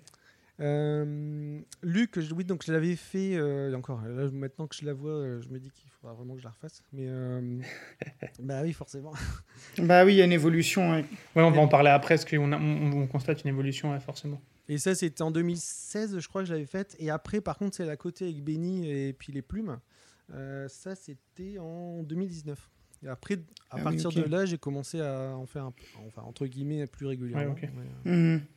Euh, Luc, je- oui, donc je l'avais fait. euh, encore, là, maintenant que je la vois, euh, je me dis qu'il faudra vraiment que je la refasse. Mais euh, bah oui, forcément. Bah oui, il y a une évolution. Ouais. Ouais, on va en parler après, parce qu'on a- on, on constate une évolution, ouais, forcément. Et ça, c'était en deux mille seize, je crois que je l'avais faite. Et après, par contre, c'est à côté avec Benny et puis les plumes. Euh, ça, c'était en deux mille dix-neuf. Et après, à Ah oui, partir ok. de là, j'ai commencé à en faire, un, peu- enfin, entre guillemets, plus régulièrement. Ouais, ok. Mais, euh, Mhm.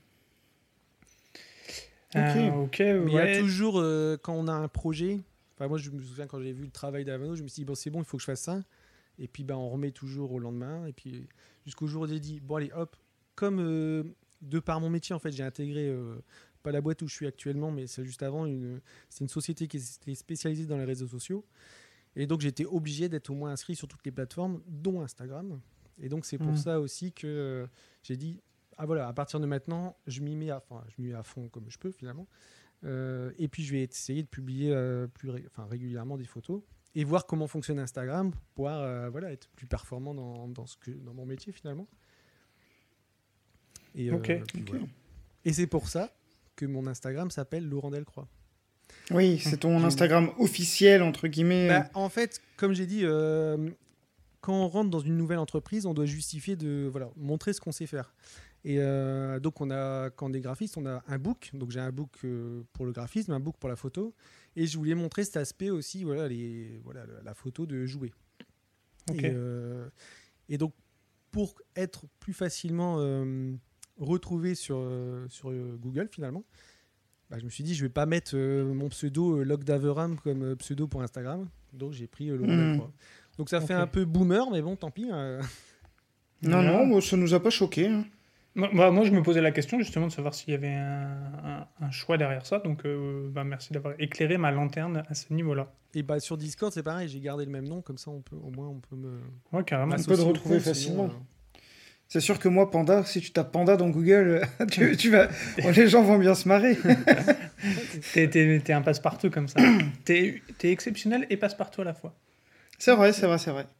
Euh, ok, mais il y ouais. a toujours, euh, quand on a un projet, enfin, moi, je me souviens quand j'ai vu le travail d'Avano, je me suis dit, bon, c'est bon, il faut que je fasse ça. Et puis, bah, on remet toujours au lendemain. Et puis, jusqu'au jour où j'ai dit, bon, allez, hop, comme euh, de par mon métier, en fait, j'ai intégré, euh, pas la boîte où je suis actuellement, mais c'est juste avant, une, c'est une société qui était spécialisée dans les réseaux sociaux. Et donc, j'étais obligé d'être au moins inscrit sur toutes les plateformes, dont Instagram. Et donc, c'est pour Mhm. ça aussi que euh, j'ai dit, ah voilà, à partir de maintenant, je m'y mets à, enfin, je m'y mets à fond comme je peux finalement. Euh, et puis, je vais essayer de publier euh, plus ré- enfin, régulièrement des photos et voir comment fonctionne Instagram pour pouvoir euh, voilà, être plus performant dans, dans, ce que, dans mon métier finalement. Et, euh, Ok. puis Ok. voilà. Et c'est pour ça que mon Instagram s'appelle Laurent Delcroix. Oui, c'est ton J'ai- Instagram officiel, entre guillemets. Bah, en fait, comme j'ai dit, euh, quand on rentre dans une nouvelle entreprise, on doit justifier de voilà, montrer ce qu'on sait faire. Et euh, donc, on a, quand on est graphiste, on a un book. Donc, j'ai un book euh, pour le graphisme, un book pour la photo. Et je voulais montrer cet aspect aussi, voilà, les, voilà la- la photo de jouer. Ok. Et, euh, et donc, pour être plus facilement euh, retrouvé sur, euh, sur euh, Google, finalement, bah, je me suis dit, je vais pas mettre euh, mon pseudo euh, Log d'Averam comme euh, pseudo pour Instagram. Donc, j'ai pris euh, Laurent Hmm. Delcroix. Donc, ça fait Ok. un peu boomer, mais bon, tant pis. euh. Non, Voilà. non, moi, ça nous a pas choqué. Hein. Moi, moi, moi, je me posais la question justement de savoir s'il y avait un, un- un choix derrière ça. Donc, euh, bah, merci d'avoir éclairé ma lanterne à ce niveau-là. Et bah, sur Discord, c'est pareil, j'ai gardé le même nom, comme ça, on peut, au moins, on peut me. Ouais, carrément. On peut m'associer te au retrouver compte, sinon, facilement. euh, C'est sûr que moi, Panda, si tu tapes Panda dans Google, tu, tu vas... les gens vont bien se marrer. T'es, t'es- t'es un passe-partout comme ça. T'es, t'es exceptionnel et passe-partout à la fois. C'est vrai, c'est vrai, c'est vrai.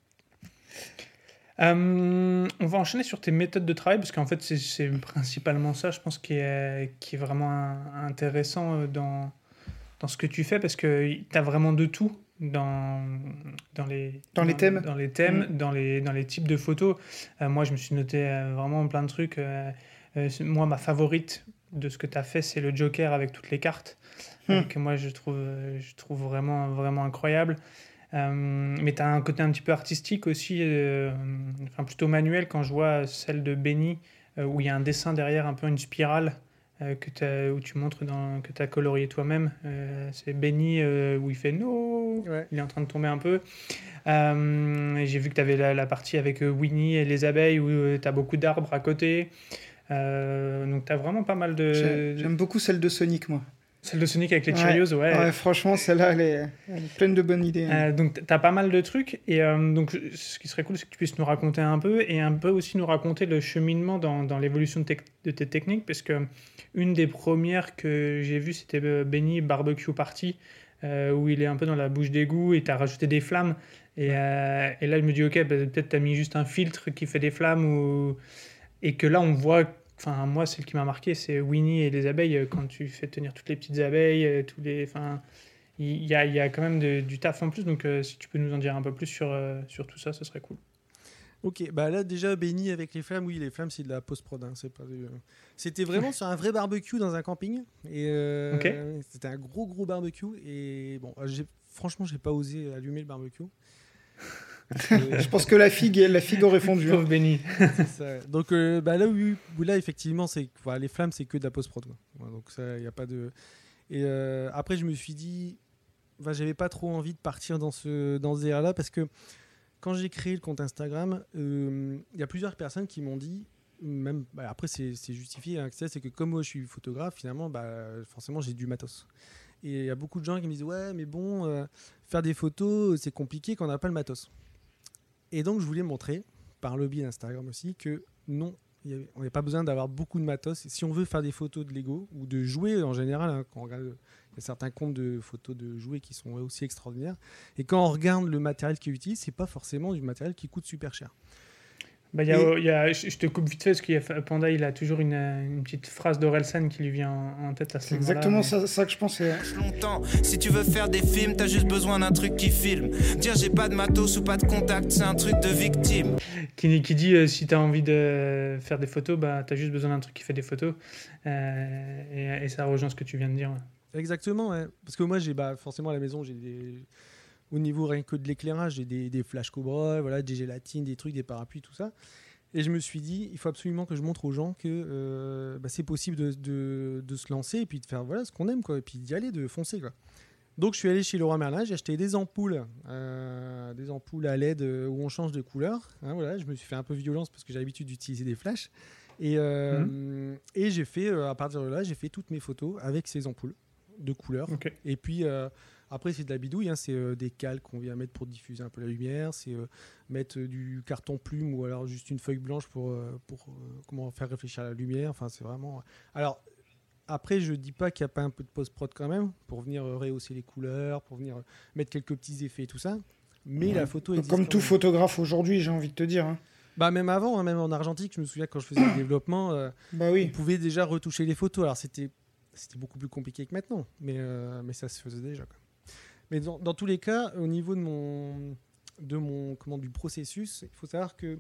Euh, on va enchaîner sur tes méthodes de travail, parce qu'en fait, c'est, c'est principalement ça, je pense, qui est, qui est vraiment un- intéressant euh, dans, dans ce que tu fais, parce que tu as vraiment de tout. dans, dans, les, Dans les thèmes. Dans les thèmes, Mmh. dans, les, dans les types de photos. Euh, moi, je me suis noté euh, vraiment plein de trucs. Euh, euh, c'est- moi, ma favorite de ce que tu as fait, c'est le Joker avec toutes les cartes, euh, Mmh. que moi, je trouve, euh, je trouve vraiment, vraiment incroyable. Euh, mais tu as un côté un petit peu artistique aussi, euh, enfin plutôt manuel, quand je vois celle de Benny, euh, où il y a un dessin derrière, un peu une spirale, euh, que t'as- où tu montres dans, que tu as colorié toi-même. Euh, c'est Benny euh, où il fait no, Ouais. il est en train de tomber un peu. Euh, et j'ai vu que tu avais la, la partie avec euh, Winnie et les abeilles, où tu as beaucoup d'arbres à côté. Euh, donc tu as vraiment pas mal J'ai- de... J'aime beaucoup celle de Sonic, moi. Celle de Sonic avec les Ouais. Cheerios, ouais. Ouais, franchement, celle-là, elle est, elle est pleine de bonnes idées. hein. Euh, donc, tu as pas mal de trucs. Et euh, donc, ce qui serait cool, c'est que tu puisses nous raconter un peu et un peu aussi nous raconter le cheminement dans, dans l'évolution de, tec- de tes techniques. Parce que une des premières que j'ai vues, c'était euh, Benny Barbecue Party, euh, où il est un peu dans la bouche d'égout et tu as rajouté des flammes. Et, euh, et là, je me dis, ok, bah, peut-être tu as mis juste un filtre qui fait des flammes. Ou... Et que là, on voit. Enfin, moi, celle qui m'a marqué, c'est Winnie et les abeilles. euh, Quand tu fais tenir toutes les petites abeilles, euh, tous les. Enfin, il y a, il y a quand même de- du taf en plus, donc euh, si tu peux nous en dire un peu plus sur, euh, sur tout ça, ce serait cool. Ok, bah là déjà Benny avec les flammes, oui les flammes c'est de la post-prod, hein, c'est pas du- C'était vraiment sur un vrai barbecue dans un camping et euh, Ok. c'était un gros gros barbecue et bon, j'ai franchement j'ai pas osé allumer le barbecue. Et- Je pense que la figue, la figue aurait fondu. hein. Pauvre Benny. C'est ça. Donc euh, bah là oui, où là effectivement c'est voilà, les flammes c'est que de la post-prod quoi. Voilà, donc ça y a pas de et euh, après je me suis dit enfin, j'avais pas trop envie de partir dans ce dans ce délire là parce que quand j'ai créé le compte Instagram, euh, il y a plusieurs personnes qui m'ont dit, même bah, après c'est c'est justifié, hein, que c'est c'est que comme moi je suis photographe, finalement, bah, forcément j'ai du matos. Et il y a beaucoup de gens qui me disent ouais, mais bon, euh, faire des photos c'est compliqué quand on n'a pas le matos. Et donc je voulais montrer par le biais d'Instagram aussi que non, il y avait- on n'a pas besoin d'avoir beaucoup de matos. Et si on veut faire des photos de Lego ou de jouets en général, hein, quand on regarde, il y a certains comptes de photos de jouets qui sont aussi extraordinaires. Et quand on regarde le matériel qu'ils utilisent, c'est pas forcément du matériel qui coûte super cher. Bah, il y a, Et- il y a- je je te coupe vite fait parce qu'il y a Panda, il a toujours une, une petite phrase d'Orelsan qui lui vient en, en tête à ce C'est moment-là. exactement mais- ça, ça que je pensais. longtemps. Si tu veux faire des films, t'as juste besoin d'un truc qui filme. Dire j'ai pas de matos ou pas de contact, c'est un truc de victime. Qui, qui dit euh, si tu as envie de faire des photos, bah, tu as juste besoin d'un truc qui fait des photos. Euh, et, et ça rejoint ce que tu viens de dire. ouais. Exactement, ouais. Parce que moi, j'ai bah, forcément à la maison, j'ai des... au niveau rien que de l'éclairage, j'ai des, des flash Cobra, voilà, des gélatines, des trucs, des parapluies, tout ça. Et je me suis dit, il faut absolument que je montre aux gens que euh, bah, c'est possible de, de, de se lancer et puis de faire voilà, ce qu'on aime, quoi, et puis d'y aller, de foncer. Quoi. Donc je suis allé chez Leroy Merlin, j'ai acheté des ampoules, euh, des ampoules à L E D euh, où on change de couleur. Hein, voilà, je me suis fait un peu violence parce que j'ai l'habitude d'utiliser des flashs. Et, euh, Mhm. et j'ai fait, euh, à partir de là, j'ai fait toutes mes photos avec ces ampoules de couleur. Ok. Et puis euh, après, c'est de la bidouille, hein, c'est euh, des calques qu'on vient mettre pour diffuser un peu la lumière, c'est euh, mettre euh, du carton plume ou alors juste une feuille blanche pour, euh, pour euh, comment faire réfléchir la lumière. Enfin, c'est vraiment. Alors, après, je dis pas qu'il n'y a pas un peu de post-prod quand même pour venir euh, rehausser les couleurs, pour venir euh, mettre quelques petits effets et tout ça. Mais la photo existe Comme quand tout même. photographe aujourd'hui, j'ai envie de te dire. hein. Bah, même avant, hein, même en argentique, je me souviens quand je faisais le développement. euh, Bah on oui. pouvait déjà retoucher les photos. Alors c'était c'était beaucoup plus compliqué que maintenant, mais euh, mais ça se faisait déjà. Quoi. Mais dans, dans tous les cas, au niveau de mon de mon comment du processus, il faut savoir que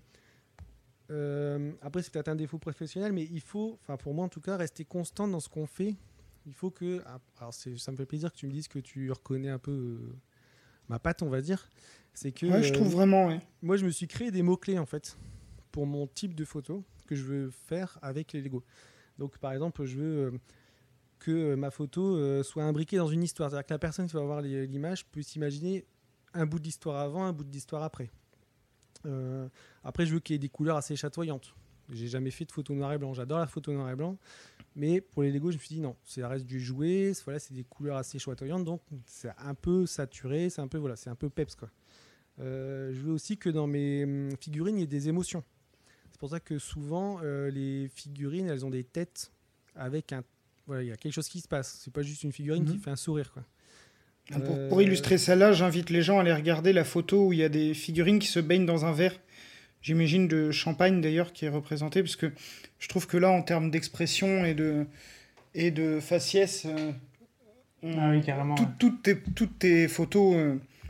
euh, après c'est peut-être un défaut professionnel, mais il faut, enfin pour moi en tout cas, rester constant dans ce qu'on fait. Il faut que, alors c'est, ça me fait plaisir que tu me dises que tu reconnais un peu euh, ma patte, on va dire. C'est que Ouais, je euh, trouve vraiment. ouais. moi, je me suis créé des mots-clés, en fait, pour mon type de photo que je veux faire avec les Lego. Donc, par exemple, je veux euh, que euh, ma photo euh, soit imbriquée dans une histoire. C'est-à-dire que la personne qui va voir les- l'image peut s'imaginer un bout de l'histoire avant, un bout de l'histoire après. Euh, après, je veux qu'il y ait des couleurs assez chatoyantes. J'ai jamais fait de photo noir et blanc. J'adore la photo noir et blanc. Mais pour les Lego, je me suis dit non, ça reste du jouet. C'est- Voilà, c'est des couleurs assez chatoyantes. Donc, c'est un peu saturé. C'est un peu, voilà, c'est un peu peps, quoi. Euh, je veux aussi que dans mes hum, figurines, il y ait des émotions. C'est pour ça que souvent, euh, les figurines, elles ont des têtes avec un... Voilà, il y a quelque chose qui se passe. C'est pas juste une figurine Mhm. qui fait un sourire, quoi. Pour, Euh, pour illustrer celle-là, j'invite les gens à aller regarder la photo où il y a des figurines qui se baignent dans un verre. J'imagine de champagne d'ailleurs qui est représenté, parce que je trouve que là, en termes d'expression et de, et de faciès, euh, on- Ah oui, carrément. tout- ouais. toutes, tes, toutes tes photos euh,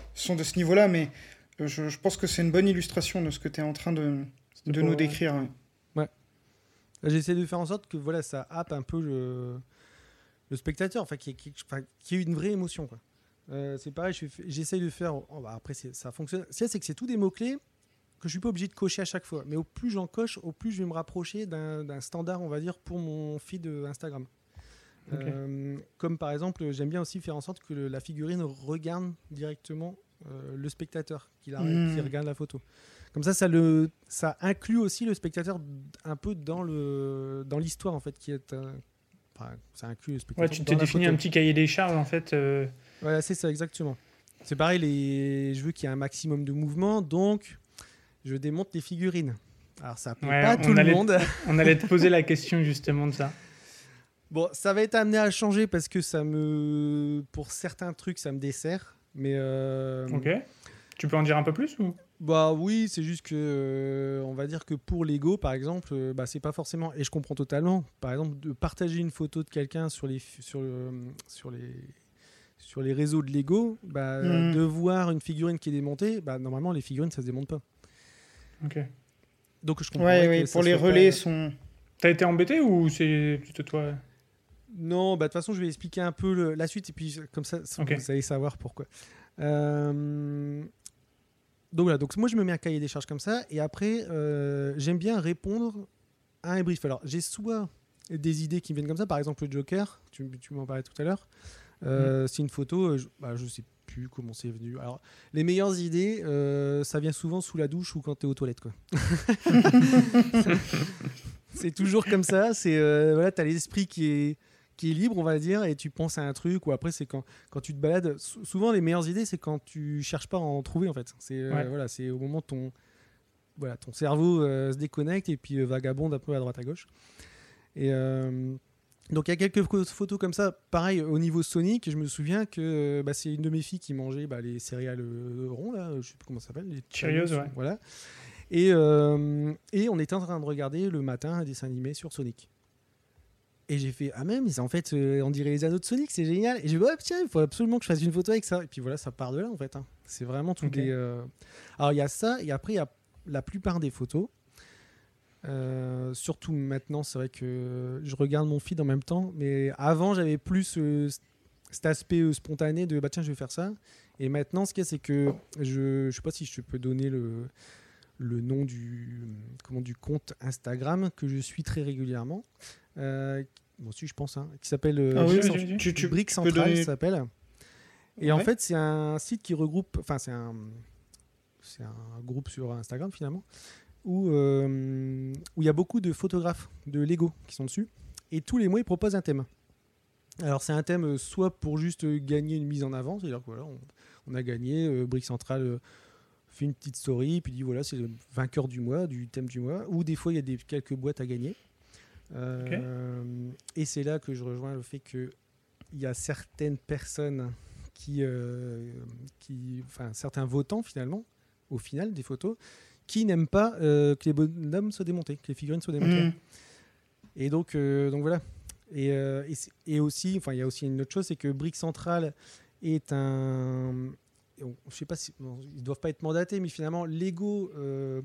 sont de ce niveau-là, mais je, je pense que c'est une bonne illustration de ce que tu es en train de, de nous décrire. Ouais. Ouais. J'essaie de faire en sorte que voilà, ça happe un peu le, le spectateur, enfin, qu'il y ait, enfin, qu'il y ait une vraie émotion, quoi. Euh, c'est pareil, je fais, j'essaye de faire. Oh, bah après, c'est, ça fonctionne. Ce qu'il y a, c'est que c'est tous des mots-clés que je suis pas obligé de cocher à chaque fois. Mais au plus j'en coche, au plus je vais me rapprocher d'un, d'un standard, on va dire, pour mon feed Instagram. Okay. Euh, comme par exemple, j'aime bien aussi faire en sorte que le, la figurine regarde directement euh, le spectateur, qu'il, arrête, mmh. qu'il regarde la photo. Comme ça, ça, le, ça inclut aussi le spectateur un peu dans, le, dans l'histoire, en fait, qui est. Euh, enfin, ça inclut le spectateur. Ouais, tu t'es défini un petit cahier des charges, en fait. Euh... Voilà, c'est ça, exactement. C'est pareil, les... je veux qu'il y ait un maximum de mouvement, donc je démonte les figurines. Alors, ça plaît ouais, pas à tout le monde. Te... on allait te poser la question, justement, de ça. Bon, ça va être amené à changer parce que ça me... pour certains trucs, ça me dessert. Mais euh... Ok. Tu peux en dire un peu plus ou... Bah oui, c'est juste que euh, on va dire que pour Lego, par exemple, euh, bah c'est pas forcément, et je comprends totalement. Par exemple, de partager une photo de quelqu'un sur les sur le, sur les sur les réseaux de Lego, bah, mmh. de voir une figurine qui est démontée, bah normalement les figurines ça se démonte pas. Ok. Donc je comprends. Ouais, ouais, pour les relais pas... sont. T'as été embêté ou c'est plutôt toi? Non, bah de toute façon je vais expliquer un peu le, la suite et puis comme ça okay. vous allez savoir pourquoi. Euh... Donc voilà, donc moi je me mets un cahier des charges comme ça et après euh, j'aime bien répondre à un brief. Alors j'ai soit des idées qui me viennent comme ça, par exemple le Joker, tu, tu m'en parlais tout à l'heure. Euh, mmh. C'est une photo, je, bah, je sais plus comment c'est venu. Alors les meilleures idées, euh, ça vient souvent sous la douche ou quand t'es aux toilettes, quoi. C'est toujours comme ça. C'est euh, voilà, t'as l'esprit qui est qui est libre, on va dire, et tu penses à un truc, ou après c'est quand, quand tu te balades, sou- souvent les meilleures idées c'est quand tu cherches pas à en trouver en fait, c'est, euh, ouais. voilà, c'est au moment où ton, voilà, ton cerveau euh, se déconnecte et puis euh, vagabonde un peu à droite à gauche. Et euh, donc il y a quelques photos comme ça, pareil au niveau Sonic, je me souviens que bah, c'est une de mes filles qui mangeait bah, les céréales euh, ronds, là, je sais plus comment ça s'appelle, les Cheerios, ouais. Voilà. Et, euh, et on était en train de regarder le matin un dessin animé sur Sonic. Et j'ai fait, ah même, en fait, euh, on dirait les anneaux de Sonic, c'est génial. Et je me dis, oh, tiens, il faut absolument que je fasse une photo avec ça. Et puis voilà, ça part de là, en fait. Hein. C'est vraiment tout okay. des... Euh... Alors, il y a ça, et après, il y a la plupart des photos. Euh, surtout maintenant, c'est vrai que je regarde mon feed en même temps. Mais avant, j'avais plus euh, cet aspect euh, spontané de, bah tiens, je vais faire ça. Et maintenant, ce qu'il y a, c'est que je ne sais pas si je peux donner le, le nom du, comment, du compte Instagram que je suis très régulièrement. Euh, bon, si je pense, hein, qui s'appelle euh, ah oui, Brick, oui, oui, tu, tu Brick Central, donner... ça s'appelle. Et ouais. En fait, c'est un site qui regroupe, enfin, c'est un, c'est un groupe sur Instagram finalement, où euh, où il y a beaucoup de photographes de Lego qui sont dessus, et tous les mois ils proposent un thème. Alors c'est un thème soit pour juste gagner une mise en avant, c'est-à-dire que voilà, on, on a gagné, euh, Brick Central euh, fait une petite story, puis dit voilà, c'est le vainqueur du mois, du thème du mois, ou des fois il y a des quelques boîtes à gagner. Euh, okay. Et c'est là que je rejoins le fait qu'il y a certaines personnes qui, euh, qui, enfin certains votants finalement, au final des photos, qui n'aiment pas euh, que les bonhommes soient démontés, que les figurines soient démontées. Mmh. Et donc, euh, donc voilà. Et, euh, et, et aussi, enfin il y a aussi une autre chose, c'est que Brick Central est un, je sais pas si bon, ils doivent pas être mandatés, mais finalement Lego euh,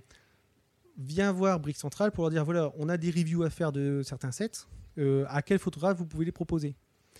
vient voir Brick Central pour leur dire voilà, on a des reviews à faire de certains sets, euh, à quel photographe vous pouvez les proposer.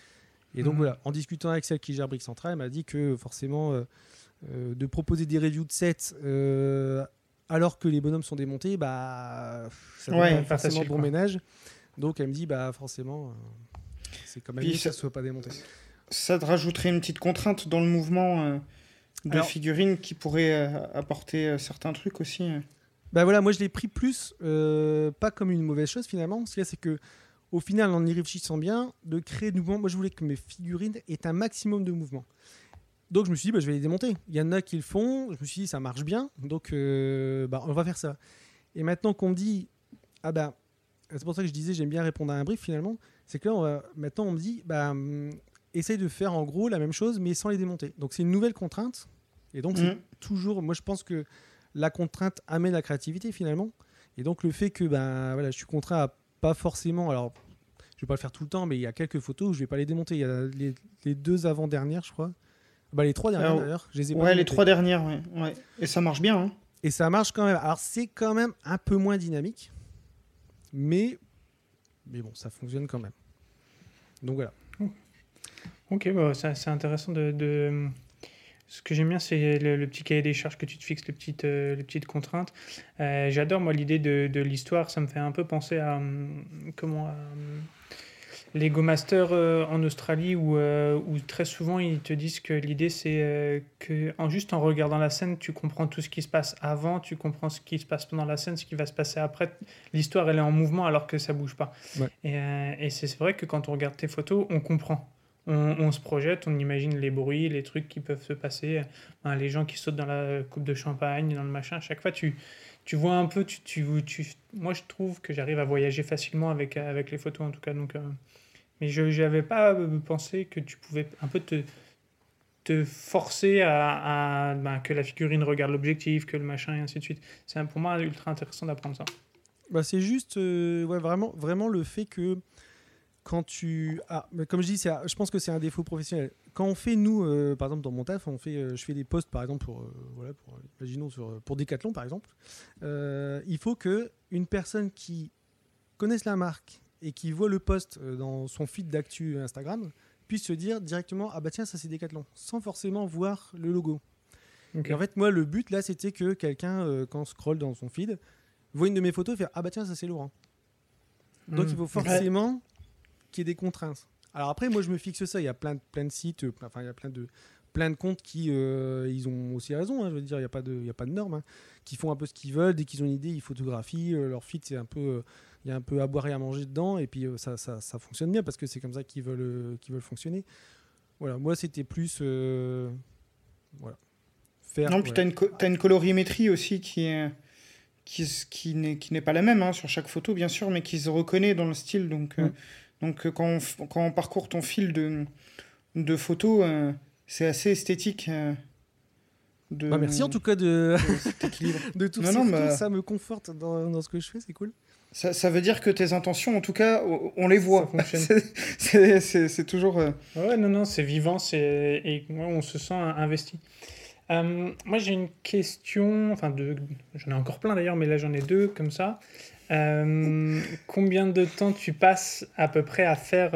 Et donc mmh. voilà, en discutant avec celle qui gère Brick Central, elle m'a dit que forcément euh, euh, de proposer des reviews de sets euh, alors que les bonhommes sont démontés, bah ça ne ouais, pas forcément bon ménage. Donc elle me dit bah forcément euh, c'est quand même mieux que ça ne soit pas démonté. Ça te rajouterait une petite contrainte dans le mouvement euh, de alors, figurines qui pourrait euh, apporter euh, certains trucs aussi. Euh. Bah voilà, moi je l'ai pris plus, euh, pas comme une mauvaise chose finalement. Ce qu'il y a, c'est que au final, en y réfléchissant bien, de créer de mouvements, moi je voulais que mes figurines aient un maximum de mouvements. Donc je me suis dit, bah, je vais les démonter. Il y en a qui le font, je me suis dit, ça marche bien, donc euh, bah, on va faire ça. Et maintenant qu'on me dit, ah bah, c'est pour ça que je disais, j'aime bien répondre à un brief finalement, c'est que là, on va, maintenant on me dit, bah, hum, essaye de faire en gros la même chose, mais sans les démonter. Donc c'est une nouvelle contrainte, et donc mmh. c'est toujours, moi je pense que la contrainte amène la créativité finalement, et donc le fait que bah, voilà, je suis contraint à pas forcément, alors je vais pas le faire tout le temps, mais il y a quelques photos où je vais pas les démonter. Il y a les, les deux avant-dernières, je crois. Bah, les trois dernières Alors, d'ailleurs, je les ai pas Ouais, les notées. trois dernières, ouais. ouais. Et ça marche bien. Hein. Et ça marche quand même. Alors c'est quand même un peu moins dynamique, mais mais bon, ça fonctionne quand même. Donc voilà. Ok, bah, ça- c'est intéressant de, de- Ce que j'aime bien, c'est le, le petit cahier des charges que tu te fixes, les petites, euh, les petites contraintes. Euh, j'adore, moi, l'idée de, de l'histoire. Ça me fait un peu penser à... hum, comment... à, hum, Lego Master euh, en Australie, où, euh, où très souvent, ils te disent que l'idée, c'est euh, que en, juste en regardant la scène, tu comprends tout ce qui se passe avant, tu comprends ce qui se passe pendant la scène, ce qui va se passer après. L'histoire, elle est en mouvement alors que ça bouge pas. Ouais. Et, euh, et c'est c'est vrai que quand on regarde tes photos, on comprend. On, on se projette, on imagine les bruits, les trucs qui peuvent se passer, hein, les gens qui sautent dans la coupe de champagne, dans le machin. À chaque fois, tu, tu vois un peu. Tu, tu, tu- moi, je trouve que j'arrive à voyager facilement avec, avec les photos, en tout cas. Donc, euh, mais je n'avais pas euh, pensé que tu pouvais un peu te, te forcer à, à- ben, que la figurine regarde l'objectif, que le machin, et ainsi de suite. C'est pour moi ultra intéressant d'apprendre ça. Bah, c'est juste euh, ouais, vraiment, vraiment le fait que quand tu... Ah, mais comme je dis, c'est, je pense que c'est un défaut professionnel. Quand on fait, nous, euh, par exemple, dans mon taf, on fait, euh, je fais des posts, par exemple, pour, euh, voilà, pour, imaginons, sur, pour Decathlon, par exemple. Euh, il faut qu'une personne qui connaisse la marque et qui voit le post euh, dans son feed d'actu Instagram puisse se dire directement « Ah bah tiens, ça c'est Decathlon », sans forcément voir le logo. Ok. Et en fait, moi, le but, là, c'était que quelqu'un, euh, quand on scrolle dans son feed, voit une de mes photos et fait « Ah bah tiens, ça c'est Laurent ». Donc, Mmh. il faut forcément qu'il y ait des contraintes. Alors après, moi, je me fixe ça. Il y a plein de, plein de sites, euh, plein- enfin, il y a plein de, plein de comptes qui euh, ils ont aussi raison. Hein, je veux dire, il n'y a pas de, il y a pas de normes. Hein, qui font un peu ce qu'ils veulent. Dès qu'ils ont une idée, ils photographient. Euh, leur feed, c'est un peu, euh, il y a un peu à boire et à manger dedans. Et puis, euh, ça, ça, ça fonctionne bien parce que c'est comme ça qu'ils veulent, euh, qu'ils veulent fonctionner. Voilà, moi, c'était plus... euh, voilà. Faire, Non, puis ouais. tu as une, co- t'as une colorimétrie aussi qui est. Qui, s- qui n'est qui n'est pas la même hein, sur chaque photo, bien sûr, mais qui se reconnaît dans le style. Donc, euh, Mm. donc euh, quand, on, f- quand on parcourt ton fil de, de photos, euh, c'est assez esthétique. euh, de, Bah, merci en tout cas de, de cet équilibre. de tous Non, ces non, photos. bah- Ça me conforte dans, dans ce que je fais, c'est cool. Ça, ça veut dire que tes intentions, en tout cas, on, on les voit. Ça fonctionne. C'est- c'est c'est- c'est toujours. euh, Ouais, non, non, c'est vivant, c'est et ouais, on se sent investi. Euh, moi, j'ai une question, enfin deux, j'en ai encore plein d'ailleurs, mais là j'en ai deux comme ça. Euh, combien de temps tu passes à peu près à faire,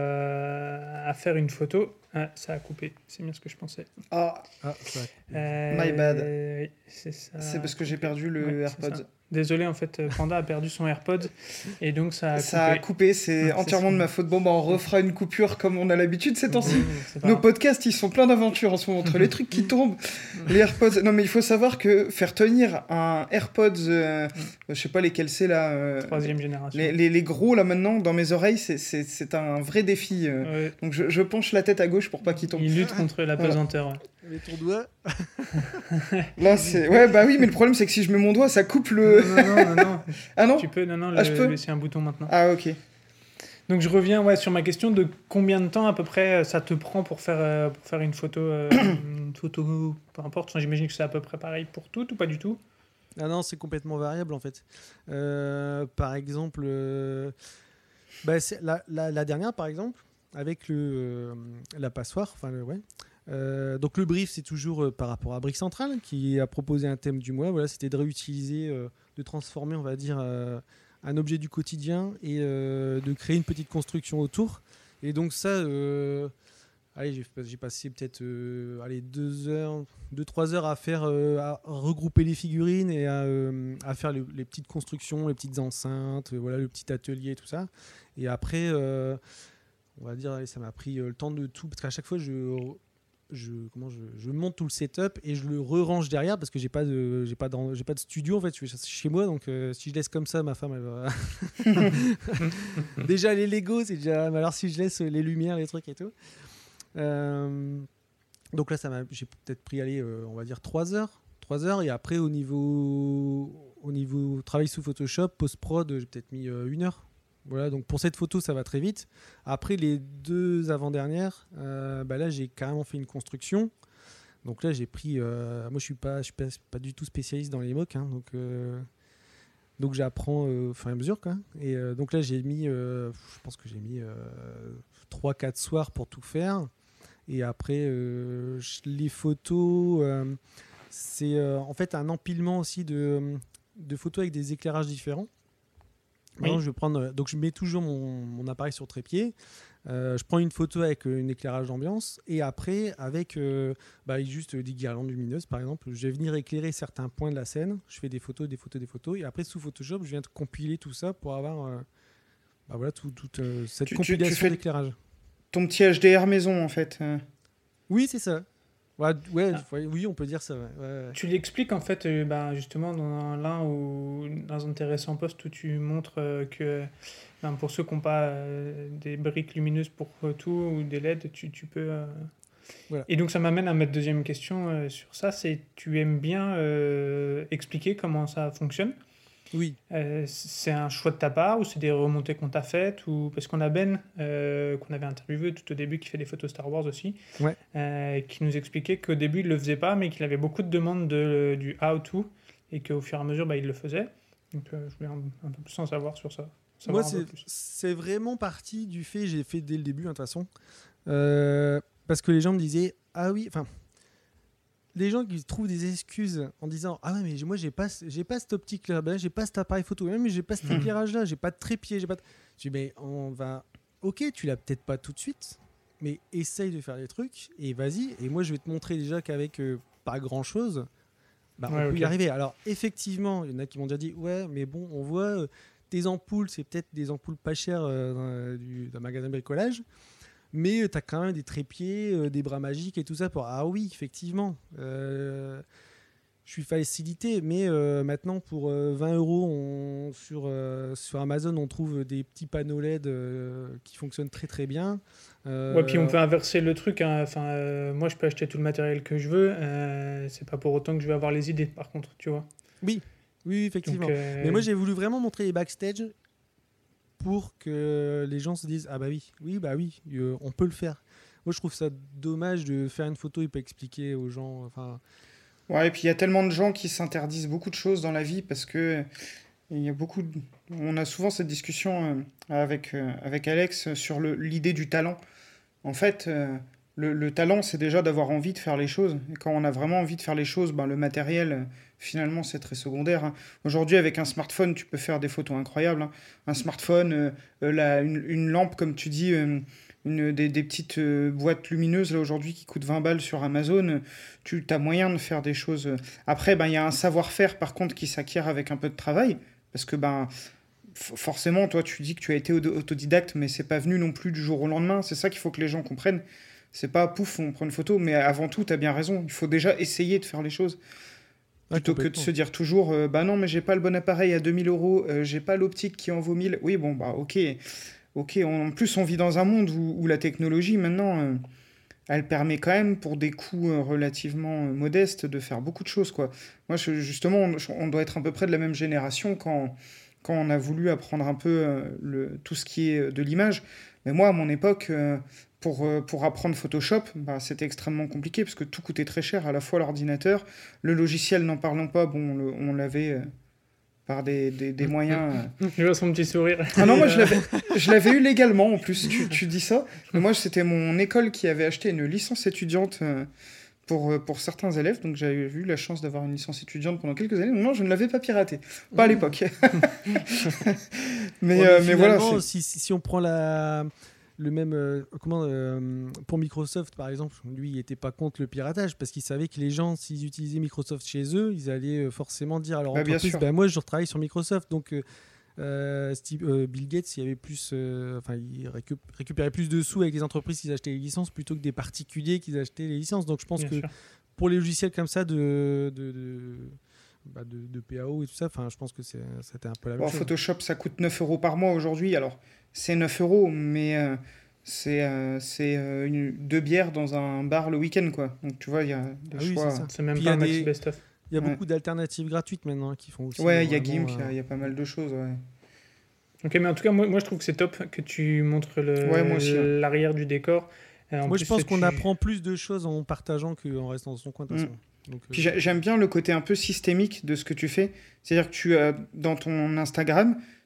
euh, à faire une photo? Ah, ça a coupé, c'est bien ce que je pensais. Ah, Ah, ça. Euh, My bad. oui, c'est ça. c'est parce que j'ai perdu le Ouais, c'est AirPods. ça. Désolé, en fait, Panda a perdu son AirPod et donc ça a Ça a coupé. coupé, c'est Ouais, c'est entièrement ça. de ma faute. Bon, bah, on refera une coupure comme on a l'habitude ces temps-ci. Mmh, c'est pas Nos grave. podcasts, ils sont pleins d'aventures en ce moment. Entre les trucs qui tombent, les AirPods. Non, mais il faut savoir que faire tenir un AirPods, euh, je sais pas lesquels c'est là, euh, Troisième génération. les, les, les gros là maintenant, dans mes oreilles, c'est- c'est c'est un vrai défi. euh. Ouais, Donc je, je penche la tête à gauche pour pas qu'ils tombent. il lutte contre la Voilà. pesanteur. ouais. Mets ton doigt. Là, c'est. Ouais, bah oui, mais le problème, c'est que si je mets mon doigt, ça coupe le. Non, non, non, non, non. Ah non Tu peux, non, non, Ah, le- je peux le- c'est un bouton maintenant. Ah, ok. Donc je reviens ouais, sur ma question de combien de temps à peu près euh, ça te prend pour faire, euh, pour faire une photo, euh, une photo, peu importe. Enfin, j'imagine que c'est à peu près pareil pour toutes ou pas du tout. Ah non, c'est complètement variable en fait. Euh, par exemple, euh, bah, c'est la, la, la dernière par exemple, avec le, euh, la passoire, enfin le, ouais. Euh, donc le brief c'est toujours euh, par rapport à Brick Central qui a proposé un thème du mois. Voilà, c'était de réutiliser, euh, de transformer, on va dire, euh, un objet du quotidien et euh, de créer une petite construction autour. Et donc ça, euh, allez, j'ai, j'ai passé peut-être euh, allez, deux heures, deux trois heures à faire, euh, à regrouper les figurines et à, euh, à faire les, les petites constructions, les petites enceintes, euh, voilà, le petit atelier, tout ça. Et après, euh, on va dire, allez, ça m'a pris euh, le temps de tout, parce qu'à chaque fois, je, je, comment je, je monte tout le setup et je le re-range derrière parce que j'ai pas de, j'ai pas de, j'ai pas de studio en fait, je suis chez moi, donc euh, si je laisse comme ça, ma femme, elle va. Déjà les Lego, c'est déjà. Mais alors si je laisse les lumières, les trucs et tout. Euh, donc là, ça m'a, j'ai peut-être pris, allez, euh, on va dire trois heures. trois heures, et après, au niveau, au niveau travail sous Photoshop, post-prod, j'ai peut-être mis euh, une heure. Voilà, donc pour cette photo, ça va très vite. Après, les deux avant-dernières, euh, bah là, j'ai carrément fait une construction. Donc là, j'ai pris. Euh, moi, je suis pas, je suis pas, pas du tout spécialiste dans les mocks, hein, donc. Euh, donc j'apprends euh, au fur et à mesure, quoi. Et euh, donc là, j'ai mis, euh, je pense que j'ai mis euh, trois quatre soirs pour tout faire. Et après, euh, les photos, euh, c'est euh, en fait un empilement aussi de, de photos avec des éclairages différents. Maintenant, oui. je vais prendre, donc je mets toujours mon, mon appareil sur trépied. Euh, je prends une photo avec un éclairage d'ambiance et après avec euh, bah, juste des guirlandes lumineuses par exemple, je vais venir éclairer certains points de la scène. Je fais des photos, des photos, des photos et après sous Photoshop, je viens de compiler tout ça pour avoir euh, bah, voilà, toute tout, euh, cette tu, compilation tu, tu fais d'éclairage. Ton petit H D R maison en fait. Oui, c'est ça. Ouais, ouais, ah. Oui, on peut dire ça. Ouais. Ouais. Tu l'expliques en fait, euh, bah, justement, dans l'un ou dans un intéressant post où tu montres euh, que ben, pour ceux qui n'ont pas euh, des briques lumineuses pour euh, tout ou des L E D, tu, tu peux. Euh... Voilà. Et donc ça m'amène à ma deuxième question euh, sur ça, c'est tu aimes bien euh, expliquer comment ça fonctionne. Oui. Euh, c'est un choix de ta part ou c'est des remontées qu'on t'a faites ou... Parce qu'on a Ben, euh, qu'on avait interviewé tout au début, qui fait des photos Star Wars aussi, ouais. euh, qui nous expliquait qu'au début, il ne le faisait pas, mais qu'il avait beaucoup de demandes de, du how-to et qu'au fur et à mesure, bah, il le faisait. Donc, euh, je voulais un, un peu plus en savoir sur ça. Moi, c'est, c'est vraiment parti du fait, j'ai fait dès le début, de toute façon, euh, parce que les gens me disaient, ah oui, enfin... Les gens qui trouvent des excuses en disant ah ouais mais moi j'ai pas j'ai pas cette optique là, ben, j'ai pas cet appareil photo, même j'ai pas cet éclairage là, j'ai pas de trépied, j'ai pas. De... Je dis mais on va, ok tu l'as peut-être pas tout de suite, mais essaye de faire des trucs et vas-y. Et moi je vais te montrer déjà qu'avec euh, pas grand chose, bah, ouais, on peut okay. y arriver. Alors effectivement il y en a qui m'ont déjà dit ouais mais bon on voit euh, tes ampoules c'est peut-être des ampoules pas chères euh, dans, du, d'un magasin de bricolage. Mais tu as quand même des trépieds, euh, des bras magiques et tout ça. Pour... Ah oui, effectivement. Euh, je suis facilité, mais euh, maintenant, pour euh, vingt euros on, sur, euh, sur Amazon, on trouve des petits panneaux L E D euh, qui fonctionnent très très bien. Euh... Ouais, puis on peut inverser le truc. Hein. Enfin, euh, moi, je peux acheter tout le matériel que je veux. Euh, c'est pas pour autant que je vais avoir les idées, par contre, tu vois. Oui, oui, effectivement. Donc, euh... Mais moi, j'ai voulu vraiment montrer les backstage pour que les gens se disent ah bah oui, oui bah oui, euh, on peut le faire. Moi je trouve ça dommage de faire une photo et pas expliquer aux gens. Enfin. Ouais, et puis il y a tellement de gens qui s'interdisent beaucoup de choses dans la vie parce que il y a beaucoup. De... On a souvent cette discussion euh, avec euh, avec Alex sur le, l'idée du talent. En fait, euh, le, le talent c'est déjà d'avoir envie de faire les choses. Et quand on a vraiment envie de faire les choses, ben le matériel. Finalement, c'est très secondaire. Hein. Aujourd'hui, avec un smartphone, tu peux faire des photos incroyables. Hein. Un smartphone, euh, la, une, une lampe, comme tu dis, euh, une, des, des petites euh, boîtes lumineuses, là, aujourd'hui, qui coûtent vingt balles sur Amazon. Tu as moyen de faire des choses. Après, ben, y a un savoir-faire, par contre, qui s'acquiert avec un peu de travail. Parce que, ben, f- forcément, toi, tu dis que tu as été autodidacte, mais c'est pas venu non plus du jour au lendemain. C'est ça qu'il faut que les gens comprennent. C'est pas, pouf, on prend une photo. Mais avant tout, tu as bien raison. Il faut déjà essayer de faire les choses. Plutôt que de se dire toujours, euh, bah non, mais j'ai pas le bon appareil à deux mille euros, euh, j'ai pas l'optique qui en vaut mille. Oui, bon, bah ok. ok. On, en plus, on vit dans un monde où, où la technologie, maintenant, euh, elle permet quand même, pour des coûts euh, relativement euh, modestes, de faire beaucoup de choses, quoi. Moi, je, justement, on, on doit être à peu près de la même génération quand, quand on a voulu apprendre un peu euh, le, tout ce qui est de l'image. Mais moi, à mon époque... Euh, Pour, pour apprendre Photoshop, bah, c'était extrêmement compliqué parce que tout coûtait très cher, à la fois l'ordinateur, le logiciel, n'en parlons pas, bon, le, on l'avait euh, par des, des, des moyens... Euh... Je vois son petit sourire. Ah non, moi je l'avais, je l'avais eu légalement en plus, tu, tu dis ça. Mais moi, c'était mon école qui avait acheté une licence étudiante euh, pour, pour certains élèves, donc j'avais eu la chance d'avoir une licence étudiante pendant quelques années. Non, je ne l'avais pas piratée, pas à l'époque. mais, ouais, euh, mais, mais voilà. C'est... Si, si, si on prend la... Le même, euh, comment, euh, pour Microsoft par exemple, lui il n'était pas contre le piratage parce qu'il savait que les gens, s'ils utilisaient Microsoft chez eux, ils allaient forcément dire à leur bah, entreprise bah, moi je retravaille sur Microsoft. Donc euh, Steve, euh, Bill Gates, il y avait plus, euh, enfin, il récup- récupérait plus de sous avec les entreprises qui achetaient les licences plutôt que des particuliers qui achetaient les licences. Donc je pense bien que sûr. Pour les logiciels comme ça de, de, de Bah de, de P A O et tout ça, enfin, je pense que c'est, c'était un peu la même bon, chose. Photoshop, ça coûte neuf euros par mois aujourd'hui. Alors, c'est neuf euros, mais euh, c'est, euh, c'est euh, une, deux bières dans un bar le week-end, quoi. Donc, tu vois, il y a des ah choix. Oui, c'est, ça. C'est même Puis pas un maxi des... best-of. Il y a ouais. beaucoup d'alternatives gratuites maintenant hein, qui font aussi. Ouais, il y a Gimp, il euh... y, y a pas mal de choses, ouais. Ok, mais en tout cas, moi, moi je trouve que c'est top que tu montres le, ouais, moi aussi, hein. l'arrière du décor. Euh, moi, je pense qu'on tu... apprend plus de choses en partageant qu'en restant dans son coin, de toute façon. Donc, euh... Puis j'aime bien le côté un peu systémique de ce que tu fais. C'est-à-dire que tu as, dans ton Instagram,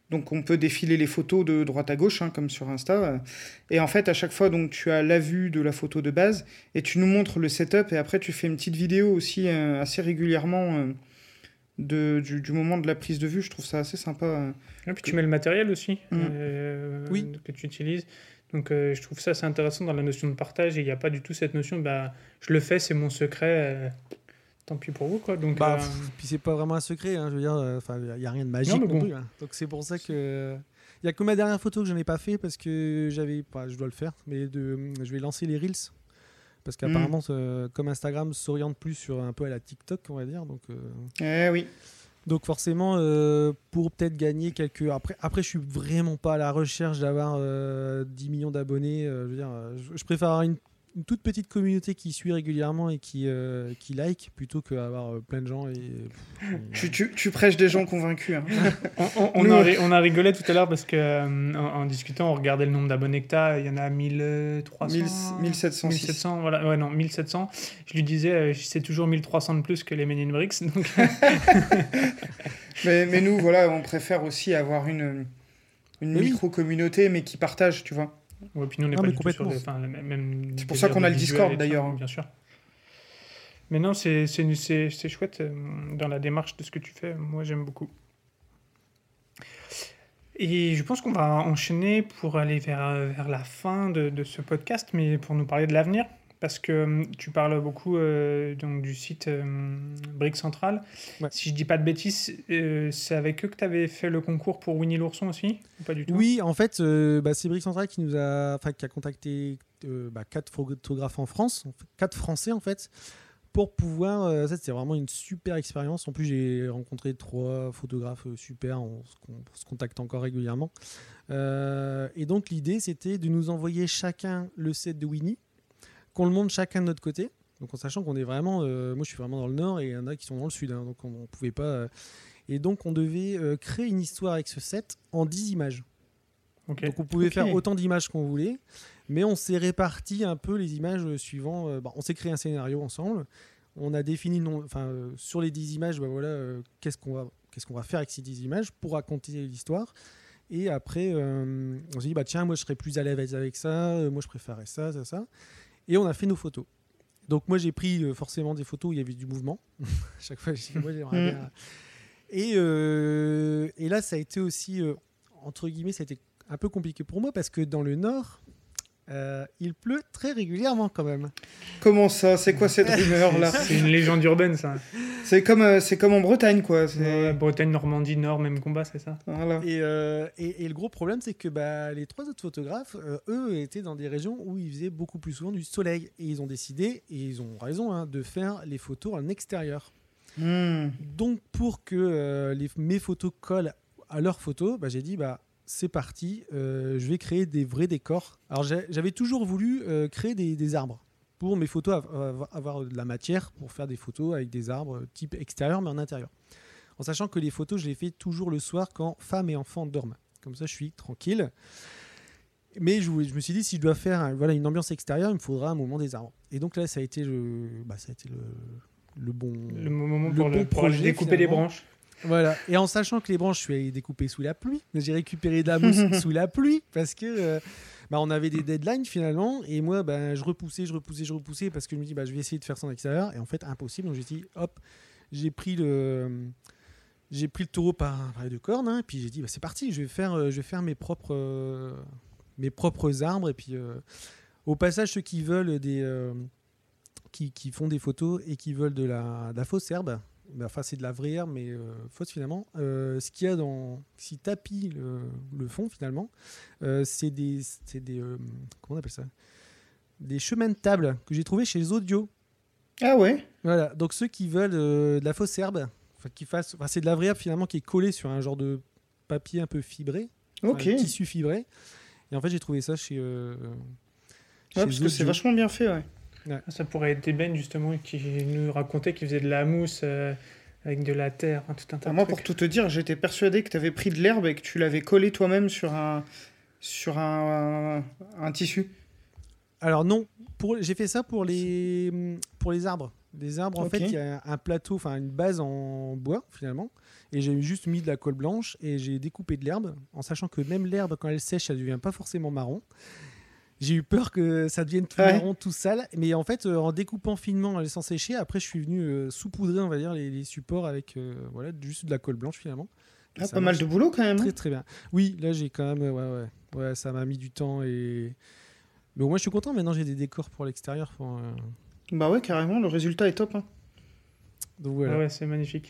Donc on peut défiler les photos de droite à gauche, hein, comme sur Insta. Et en fait, à chaque fois, donc, tu as la vue de la photo de base et tu nous montres le setup. Et après, tu fais une petite vidéo aussi euh, assez régulièrement euh, de, du, du moment de la prise de vue. Je trouve ça assez sympa. Et puis tu mets le matériel aussi Mmh. euh, Oui. que tu utilises. Donc euh, je trouve ça assez intéressant dans la notion de partage. Et il n'y a pas du tout cette notion, bah, je le fais, c'est mon secret. euh, tant pis pour vous, quoi. Donc, Bah, euh, pff, puis c'est pas vraiment un secret, hein, je veux dire, enfin, il y a rien de magique Non, non, mais bon. plus. Hein. Donc c'est pour ça que il y a que ma dernière photo que je n'ai pas fait parce que j'avais, pas, je dois le faire, mais de, je vais lancer les reels parce qu'apparemment, euh, comme Instagram s'oriente plus sur un peu à la TikTok, on va dire, donc. Euh, Eh oui. Donc forcément, euh, pour peut-être gagner quelques... Après, après, je suis vraiment pas à la recherche d'avoir euh, dix millions d'abonnés. euh, je, veux dire, euh, je, je préfère avoir une, une toute petite communauté qui suit régulièrement et qui, euh, qui like plutôt qu'avoir euh, plein de gens. Et, pff, et- Tu, tu, tu prêches des gens convaincus. Hein. on, on- on Nous, a, on- ri- on a rigolé tout à l'heure parce que euh, en, en discutant, on regardait le nombre d'abonnés que tu as. Il y en a mille trois cents. mille sept cent six. mille sept cents, voilà. Ouais, non, mille sept cents. Je lui disais, euh, c'est toujours mille trois cents de plus que les Men in Bricks. Donc, Mais, mais nous, voilà, on préfère aussi avoir une, une Mais oui. micro-communauté, mais qui partage, tu vois. ouais, puis nous, on n'est Non, pas mais du tout sur complètement. le, enfin, même C'est pour ça qu'on a le visuel Discord, et tout ça, d'ailleurs. Bien sûr. Mais non, c'est c'est- c'est- c'est chouette euh, dans la démarche de ce que tu fais. Moi, j'aime beaucoup. Et je pense qu'on va enchaîner pour aller vers, vers la fin de, de ce podcast, mais pour nous parler de l'avenir. Parce que euh, tu parles beaucoup euh, donc, du site euh, Brick Central. Ouais. Si je dis pas de bêtises, euh, c'est avec eux que tu avais fait le concours pour Winnie l'ourson aussi ou pas du tout? Oui, en fait, euh, bah, c'est Brick Central qui nous a, enfin, qui a contacté euh, bah, quatre photographes en France, en fait, quatre Français en fait, pour pouvoir. Euh, ça, c'était vraiment une super expérience. En plus, j'ai rencontré trois photographes euh, super. On, se- on se contacte encore régulièrement. Euh, et donc, l'idée, c'était de nous envoyer chacun le set de Winnie, qu'on le monte chacun de notre côté. Donc, en sachant qu'on est vraiment. Euh, moi, je suis vraiment dans le nord et il y en a qui sont dans le sud. Hein, donc, on ne pouvait pas. euh, et donc, on devait euh, créer une histoire avec ce set en dix images. Ok. Donc on pouvait Ok. faire autant d'images qu'on voulait, mais on s'est réparti un peu les images euh, suivant. euh, bah, on s'est créé un scénario ensemble. On a défini non, enfin, euh, sur les dix images, bah, voilà, euh, qu'est-ce qu'on va, qu'est-ce qu'on va faire avec ces dix images pour raconter l'histoire. Et après, euh, on s'est dit, bah, tiens, moi je serais plus à l'aise avec ça, euh, moi je préférais ça, ça, ça. Et on a fait nos photos. Donc moi j'ai pris euh, forcément des photos où il y avait du mouvement. À chaque fois, je dis, moi j'aimerais bien. Et, euh, et là, ça a été aussi, euh, entre guillemets, ça a été un peu compliqué pour moi parce que dans le nord, euh, il pleut très régulièrement quand même. Comment ça? C'est quoi cette rumeur-là? C'est une légende urbaine, ça. C'est comme, euh, c'est comme en Bretagne, quoi. C'est- Ouais, Bretagne, Normandie, Nord, même combat, c'est ça. Voilà. Et, euh, et, et le gros problème, c'est que bah, les trois autres photographes, euh, eux, étaient dans des régions où il faisait beaucoup plus souvent du soleil. Et ils ont décidé, et ils ont raison, hein, de faire les photos en extérieur. Hmm. Donc pour que euh, les, mes photos collent à leurs photos, bah, j'ai dit bah c'est parti, euh, je vais créer des vrais décors. Alors j'ai- j'avais toujours voulu euh, créer des, des arbres pour mes photos, av- av- avoir de la matière pour faire des photos avec des arbres euh, type extérieur mais en intérieur. En sachant que les photos, je les fais toujours le soir quand femme et enfant dorment. Comme ça, je suis tranquille. Mais je, je me suis dit, si je dois faire un- voilà, une ambiance extérieure, il me faudra un moment des arbres. Et donc là, ça a été le, bah, ça a été le, le bon... Le moment Le pour, bon le, pour aller projet, découper les finalement. branches. Voilà. Et en sachant que les branches, je suis allé découper sous la pluie. J'ai récupéré de la mousse sous la pluie parce que euh, bah, on avait des deadlines finalement. Et moi, bah, je repoussais, je repoussais, je repoussais parce que je me dis, bah, je vais essayer de faire ça en extérieur. Et en fait, impossible. Donc j'ai dit, hop, j'ai pris le, j'ai pris le taureau par, par les deux cornes. Hein, et puis j'ai dit, bah, c'est parti. Je vais faire, euh, je vais faire mes propres, euh, mes propres arbres. Et puis, euh, au passage, ceux qui veulent des, euh, qui, qui font des photos et qui veulent de la, de la fausse herbe. Enfin, c'est de la vraie herbe, mais euh, fausse finalement. Euh, ce qu'il y a dans. Si tapis le, le fond, finalement, euh, c'est des. C'est des euh, comment on appelle ça? Des chemins de table que j'ai trouvé chez Zodio. Ah ouais? Voilà. Donc, ceux qui veulent euh, de la fausse herbe, enfin, qui fassent. Enfin, c'est de la vraie herbe finalement qui est collée sur un genre de papier un peu fibré. Ok. Un tissu fibré. Et en fait, j'ai trouvé ça chez. Euh, Ouais, chez parce que c'est Zodio. vachement bien fait, ouais. Ça pourrait être Ben, justement, qui nous racontait qu'il faisait de la mousse euh, avec de la terre, hein, tout un tas Alors de moi, trucs. pour tout te dire, j'étais persuadé que tu avais pris de l'herbe et que tu l'avais collé toi-même sur un, sur un, un, un tissu. Alors non, pour, j'ai fait ça pour les, pour les arbres. Des arbres, en Ok. fait, il y a un plateau, enfin une base en bois finalement, et j'ai juste mis de la colle blanche et j'ai découpé de l'herbe, en sachant que même l'herbe, quand elle sèche, elle devient pas forcément marron. J'ai eu peur que ça devienne tout Ouais. marron, tout sale, mais en fait, euh, en découpant finement, en laissant sécher, après, je suis venu euh, saupoudrer, on va dire, les, les supports avec euh, voilà, juste de la colle blanche finalement. Et Ah, ça pas mal marche de boulot quand même. très hein. très bien. Oui, là, j'ai quand même, euh, ouais, ouais, ouais, ça m'a mis du temps et. Mais au moins, je suis content. Maintenant, j'ai des décors pour l'extérieur. Pour, euh, Bah ouais, carrément, le résultat est top. hein. Donc voilà. Ah ouais, c'est magnifique.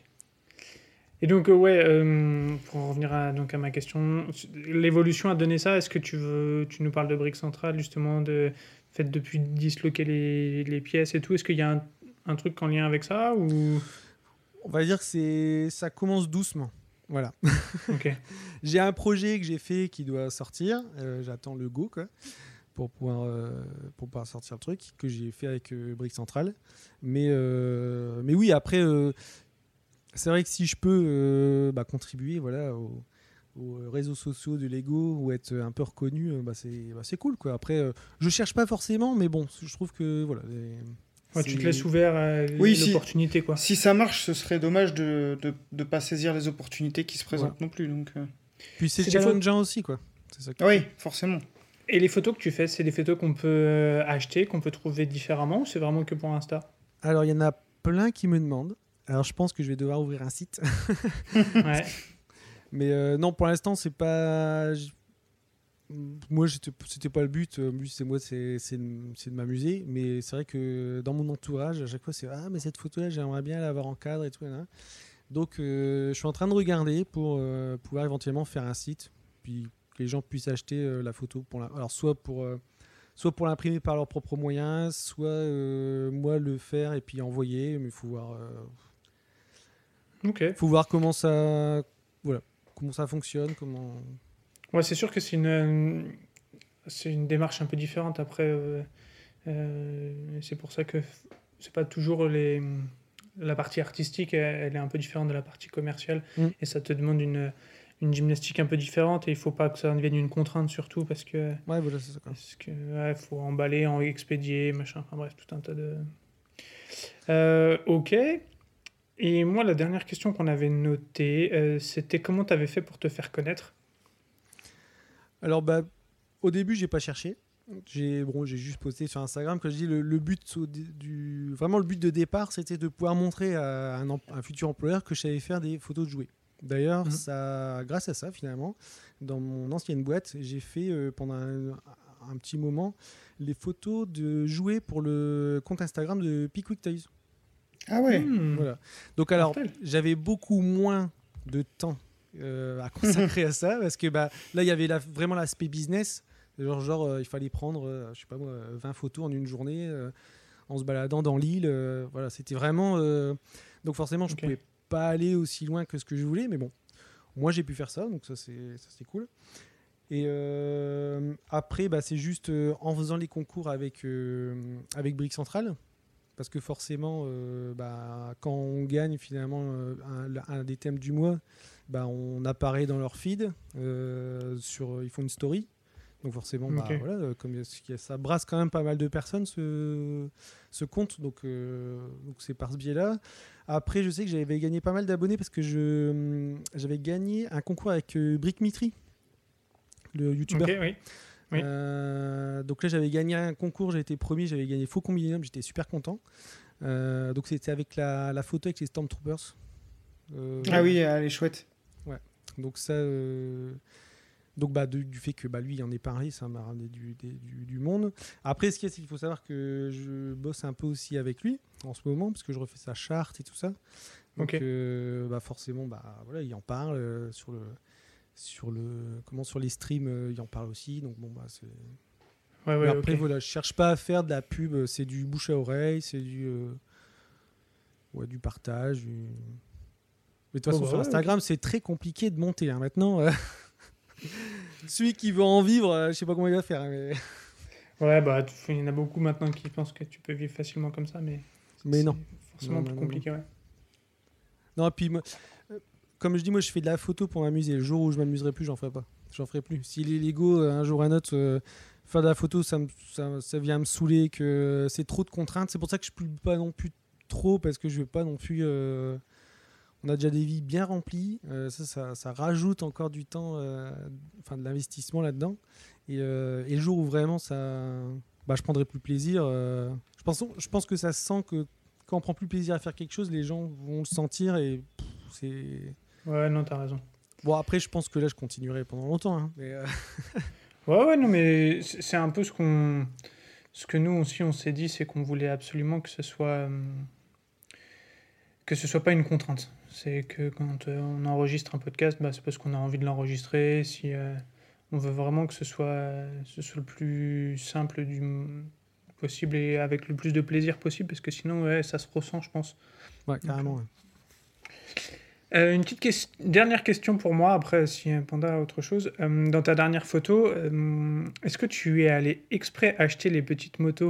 Et donc, euh, ouais, euh, pour en revenir à, donc, à ma question, l'évolution a donné ça. Est-ce que tu veux, tu nous parles de briques centrales, justement, de fait depuis disloquer les, les pièces et tout. Est-ce qu'il y a un, un truc en lien avec ça ou... On va dire que c'est, ça commence doucement. Voilà. Ok. J'ai un projet que j'ai fait qui doit sortir. Euh, j'attends le go, quoi, pour pouvoir, euh, pour pouvoir sortir le truc que j'ai fait avec euh, Brick Central. Mais, euh, mais oui, après, euh, c'est vrai que si je peux euh, bah, contribuer, voilà, aux, aux réseaux sociaux de Lego ou être un peu reconnu, euh, bah, c'est, bah, c'est cool, quoi. Après, euh, je cherche pas forcément, mais bon, je trouve que voilà. les- Ouais, tu c'est- te laisses ouvert à Oui, si- l'opportunité, quoi. Si ça marche, ce serait dommage de ne de, de pas saisir les opportunités qui se présentent non plus. Donc, euh. Puis c'est C'est des challengeant aussi, quoi. C'est ça. qui- Ah oui, forcément. Et les photos que tu fais, c'est des photos qu'on peut euh, acheter, qu'on peut trouver différemment, ou c'est vraiment que pour Insta? Alors, il y en a plein qui me demandent. Alors, je pense que je vais devoir ouvrir un site. Ouais. Mais euh, non, pour l'instant, c'est pas. j- Moi, j'étais- c'était pas le but. Le but, c'est moi, c'est c'est de, c'est de m'amuser. Mais c'est vrai que dans mon entourage, à chaque fois, c'est ah, mais cette photo-là, j'aimerais bien l'avoir en cadre et tout. Là. Donc, euh, je suis en train de regarder pour euh, pouvoir éventuellement faire un site, puis que les gens puissent acheter euh, la photo pour la... Alors, soit pour euh, soit pour l'imprimer par leurs propres moyens, soit euh, moi le faire et puis envoyer. Mais il faut voir. euh, Ok. faut voir comment ça, voilà, comment ça fonctionne, comment. Ouais, c'est sûr que c'est une, c'est une démarche un peu différente. Après, euh, euh, c'est pour ça que f- c'est pas toujours les, la partie artistique, elle, elle est un peu différente de la partie commerciale. Mm. Et ça te demande une, une gymnastique un peu différente. Et il faut pas que ça devienne une contrainte, surtout parce que Ouais, voilà, c'est ça. Quoi. parce que ouais, faut emballer, en expédier, machin. Enfin bref, tout un tas de. Euh, ok. Et moi, la dernière question qu'on avait notée, euh, c'était comment tu avais fait pour te faire connaître. Alors, bah, au début, j'ai pas cherché. J'ai bon, j'ai juste posté sur Instagram. Quand je dis le, le but au dé- du, vraiment le but de départ, c'était de pouvoir montrer à un, em- un futur employeur que je savais faire des photos de jouets. D'ailleurs, Mhm. ça, grâce à ça, finalement, dans mon ancienne boîte, j'ai fait euh, pendant un, un petit moment les photos de jouets pour le compte Instagram de Pickwick Toys. Ah ouais. Hmm. Voilà. Donc alors, Mortel. j'avais beaucoup moins de temps euh, à consacrer à ça parce que bah, là, il y avait la- vraiment l'aspect business. Genre, genre euh, il fallait prendre, euh, je sais pas moi, vingt photos en une journée euh, en se baladant dans l'île. euh, voilà, c'était vraiment. euh, Donc forcément, je Ok. pouvais pas aller aussi loin que ce que je voulais, mais bon, moi j'ai pu faire ça, donc ça c'est ça, c'est cool. Et euh, après, bah, c'est juste euh, en faisant les concours avec, euh, avec Brick Central. Parce que forcément, euh, bah, quand on gagne finalement euh, un, un des thèmes du mois, bah, on apparaît dans leur feed. euh, sur, ils font une story. Donc forcément, bah, Ok. voilà, euh, comme il y a- ça brasse quand même pas mal de personnes ce, ce compte. Donc euh, donc c'est par ce biais-là. Après, je sais que j'avais gagné pas mal d'abonnés parce que je, hum, j'avais gagné un concours avec euh, Brick Mitri, le youtubeur. Ok, oui. Oui. Euh, donc là, j'avais gagné un concours, j'ai été premier, j'avais gagné Faucon Millennium, j'étais super content. Euh, donc c'était avec la, la photo avec les Stormtroopers. Euh, Ah oui, elle est chouette. Donc ça, euh, donc bah de- du fait que bah lui il en est parlé, ça m'a ramené du, des- du, du monde. Après, ce qu'il y a, c'est qu'il faut savoir que je bosse un peu aussi avec lui en ce moment parce que je refais sa charte et tout ça. Donc Ok. euh, bah forcément, bah voilà, il en parle euh, sur le sur le comment sur les streams, euh, il en parle aussi. Donc bon bah c'est. Ouais, Mais ouais, après, ok. voilà, je cherche pas à faire de la pub, euh, c'est du bouche à oreille, c'est du, euh, ouais, du partage. du- Mais de toute Oh, façon, bah sur ouais, Instagram, c'est très compliqué de monter. hein. Maintenant, euh, celui qui veut en vivre, euh, je sais pas comment il va faire. hein, mais Ouais, bah, tu- il y en a beaucoup maintenant qui pensent que tu peux vivre facilement comme ça, mais. Mais c'est non. Forcément Non, plus non, non, compliqué, ouais. non, puis moi, euh, comme je dis, moi, je fais de la photo pour m'amuser. Le jour où je m'amuserai plus, j'en ferai pas. J'en ferai plus. Si les Lego, euh, un jour ou un autre, euh, faire de la photo, ça, me- ça, ça vient me saouler, que c'est trop de contraintes. C'est pour ça que je publie pas non plus trop parce que je veux pas non plus. Euh, on a déjà des vies bien remplies. Euh, ça, ça, ça rajoute encore du temps, euh, enfin de l'investissement là-dedans. Et, euh, et le jour où vraiment ça, bah, je prendrai plus plaisir. Euh, je pense, je pense que ça se sent que quand on prend plus plaisir à faire quelque chose, les gens vont le sentir et pff, c'est. Ouais, non, t'as raison. Bon, après, je pense que là, je continuerai pendant longtemps. Hein, mais euh... ouais, ouais, non, mais c'est c'est un peu ce qu'on, ce que nous aussi on s'est dit, c'est qu'on voulait absolument que ce soit, hum, que ce soit pas une contrainte. C'est que quand euh, on enregistre un podcast, bah, c'est parce qu'on a envie de l'enregistrer. Si euh, on veut vraiment que ce soit, ce soit le plus simple du possible et avec le plus de plaisir possible, parce que sinon, ouais, ça se ressent, je pense. Ouais, carrément. Donc, ouais. Euh, une petite ques- dernière question pour moi, après si Panda a autre chose. Euh, dans ta dernière photo, euh, est-ce que tu es allé exprès acheter les petites motos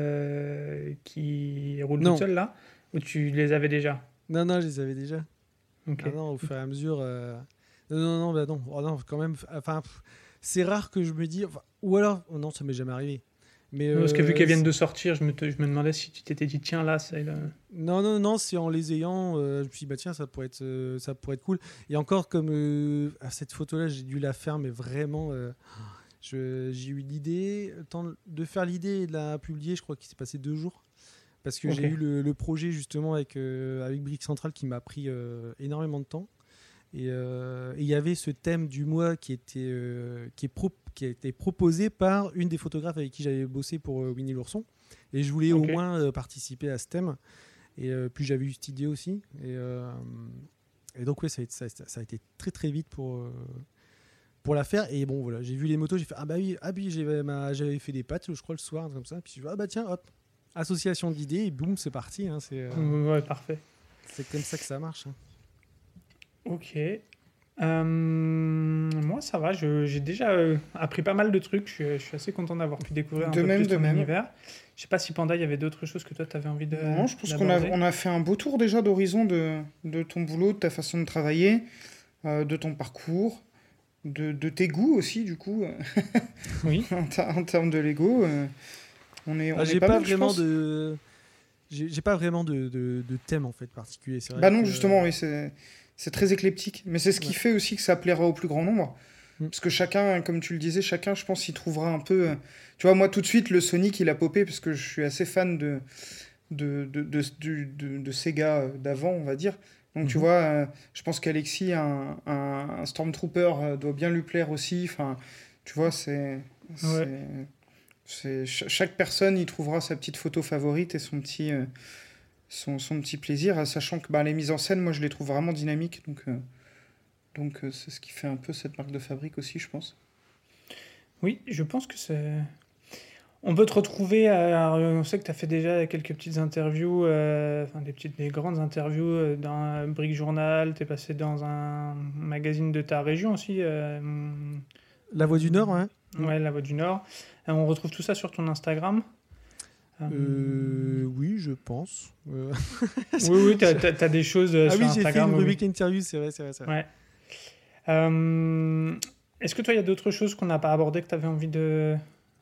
euh, qui roulent Non. toutes seules là, ou tu les avais déjà? Non, non, je les avais déjà. Ok. Ah non, au fur et à mesure. Euh... Non, non, non, bah non. Oh non, quand même. Enfin, pff, c'est rare que je me dise. Enfin, ou alors, oh non, ça m'est jamais arrivé. Mais Non, parce que vu euh, qu'elles viennent c'est- de sortir, je me, te- je me demandais si tu t'étais dit tiens là, c'est là. Non, non, non, c'est en les ayant. Euh, je me suis dit, bah tiens, ça pourrait être, euh, ça pourrait être cool. Et encore, comme euh, à cette photo-là, j'ai dû la faire, mais vraiment, euh, je- j'ai eu l'idée, le temps de faire l'idée et de la publier, je crois qu'il s'est passé deux jours. Parce que Ok. j'ai eu le, le projet justement avec, euh, avec Brick Central qui m'a pris euh, énormément de temps. Et euh, et il y avait ce thème du mois qui, était, euh, qui, est pro- qui a été proposé par une des photographes avec qui j'avais bossé pour euh, Winnie l'ourson. Et je voulais Ok. au moins euh, participer à ce thème. Et euh, puis j'avais eu cette idée aussi. Et, euh, et donc, ouais, ça a, été, ça, ça a été très très vite pour, euh, pour la faire. Et bon, voilà, j'ai vu les motos, j'ai fait ah bah oui, ah oui j'avais, ma- j'avais fait des pattes, je crois, le soir, comme ça. Puis je ah bah tiens, hop, association d'idées, et boum, c'est parti. Hein, c'est, euh, Ouais, parfait. c'est comme ça que ça marche. Hein. Ok. Euh, moi, ça va. je- j'ai déjà euh, appris pas mal de trucs. Je, suis- je suis assez content d'avoir pu découvrir un De peu même, plus de ton même. univers. Je sais pas si Panda, il y avait d'autres choses que toi, tu avais envie de. Non, je pense qu'on a, d'aborder. on a fait un beau tour déjà d'horizon de, de ton boulot, de ta façon de travailler, euh, de ton parcours, de, de tes goûts aussi, du coup, Oui. en, ter- en termes de Lego. euh, on est, on Ah, est j'ai pas, pas, mal, je vraiment pense. de. J'ai, j'ai pas vraiment de, de, de thème en fait particulier. C'est vrai Bah non, que- justement, oui, c'est, c'est très éclectique. Mais c'est ce qui Ouais. fait aussi que ça plaira au plus grand nombre. Mm. Parce que chacun, comme tu le disais, chacun, je pense, y trouvera un peu... euh, Tu vois, moi, tout de suite, le Sonic, il a popé, parce que je suis assez fan de, de, de, de, du- de- de Sega euh, d'avant, on va dire. Donc, tu Mhm. vois, euh, je pense qu'Alexis, un, un, un Stormtrooper, euh, doit bien lui plaire aussi. Enfin, tu vois, c'est... c'est- Ouais. c'est- ch- chaque personne y trouvera sa petite photo favorite et son petit, euh, son, son petit plaisir, euh, sachant que bah, les mises en scène, moi, je les trouve vraiment dynamiques. Donc, euh, donc euh, c'est ce qui fait un peu cette marque de fabrique aussi, je pense. Oui, je pense que c'est. On peut te retrouver. Alors, on sait que tu as fait déjà quelques petites interviews, euh, enfin des petites, des grandes interviews euh, dans un Brick Journal. Tu es passé dans un magazine de ta région aussi. euh, La Voix du Nord, ouais. Ouais, La Voix du Nord. Euh, on retrouve tout ça sur ton Instagram. Euh, Euh, oui, je pense. Euh, Oui, oui, tu as, des choses euh, Ah sur oui, j'ai fait Instagram. une oui, oui. rubrique interview, c'est vrai, c'est vrai. C'est vrai. Ouais. Euh, Est-ce que toi, il y a d'autres choses qu'on n'a pas abordées que tu avais envie de,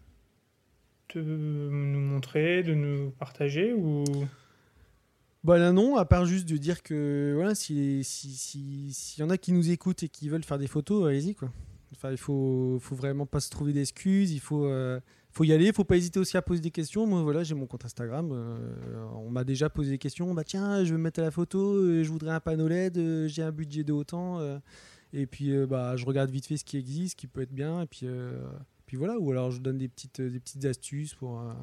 de nous montrer, de nous partager ou... Bah là non, à part juste de dire que voilà, si si si s'il y en a qui nous écoutent et qui veulent faire des photos, allez-y quoi. Enfin, il faut faut vraiment pas se trouver d'excuses, il faut euh, faut y aller, il faut pas hésiter aussi à poser des questions. Moi voilà, j'ai mon compte Instagram, euh, on m'a déjà posé des questions, bah tiens, je veux me mettre à la photo, euh, je voudrais un panneau L E D, euh, j'ai un budget de autant euh, et puis euh, bah je regarde vite fait ce qui existe, ce qui peut être bien et puis euh, puis voilà, ou alors je donne des petites des petites astuces pour euh,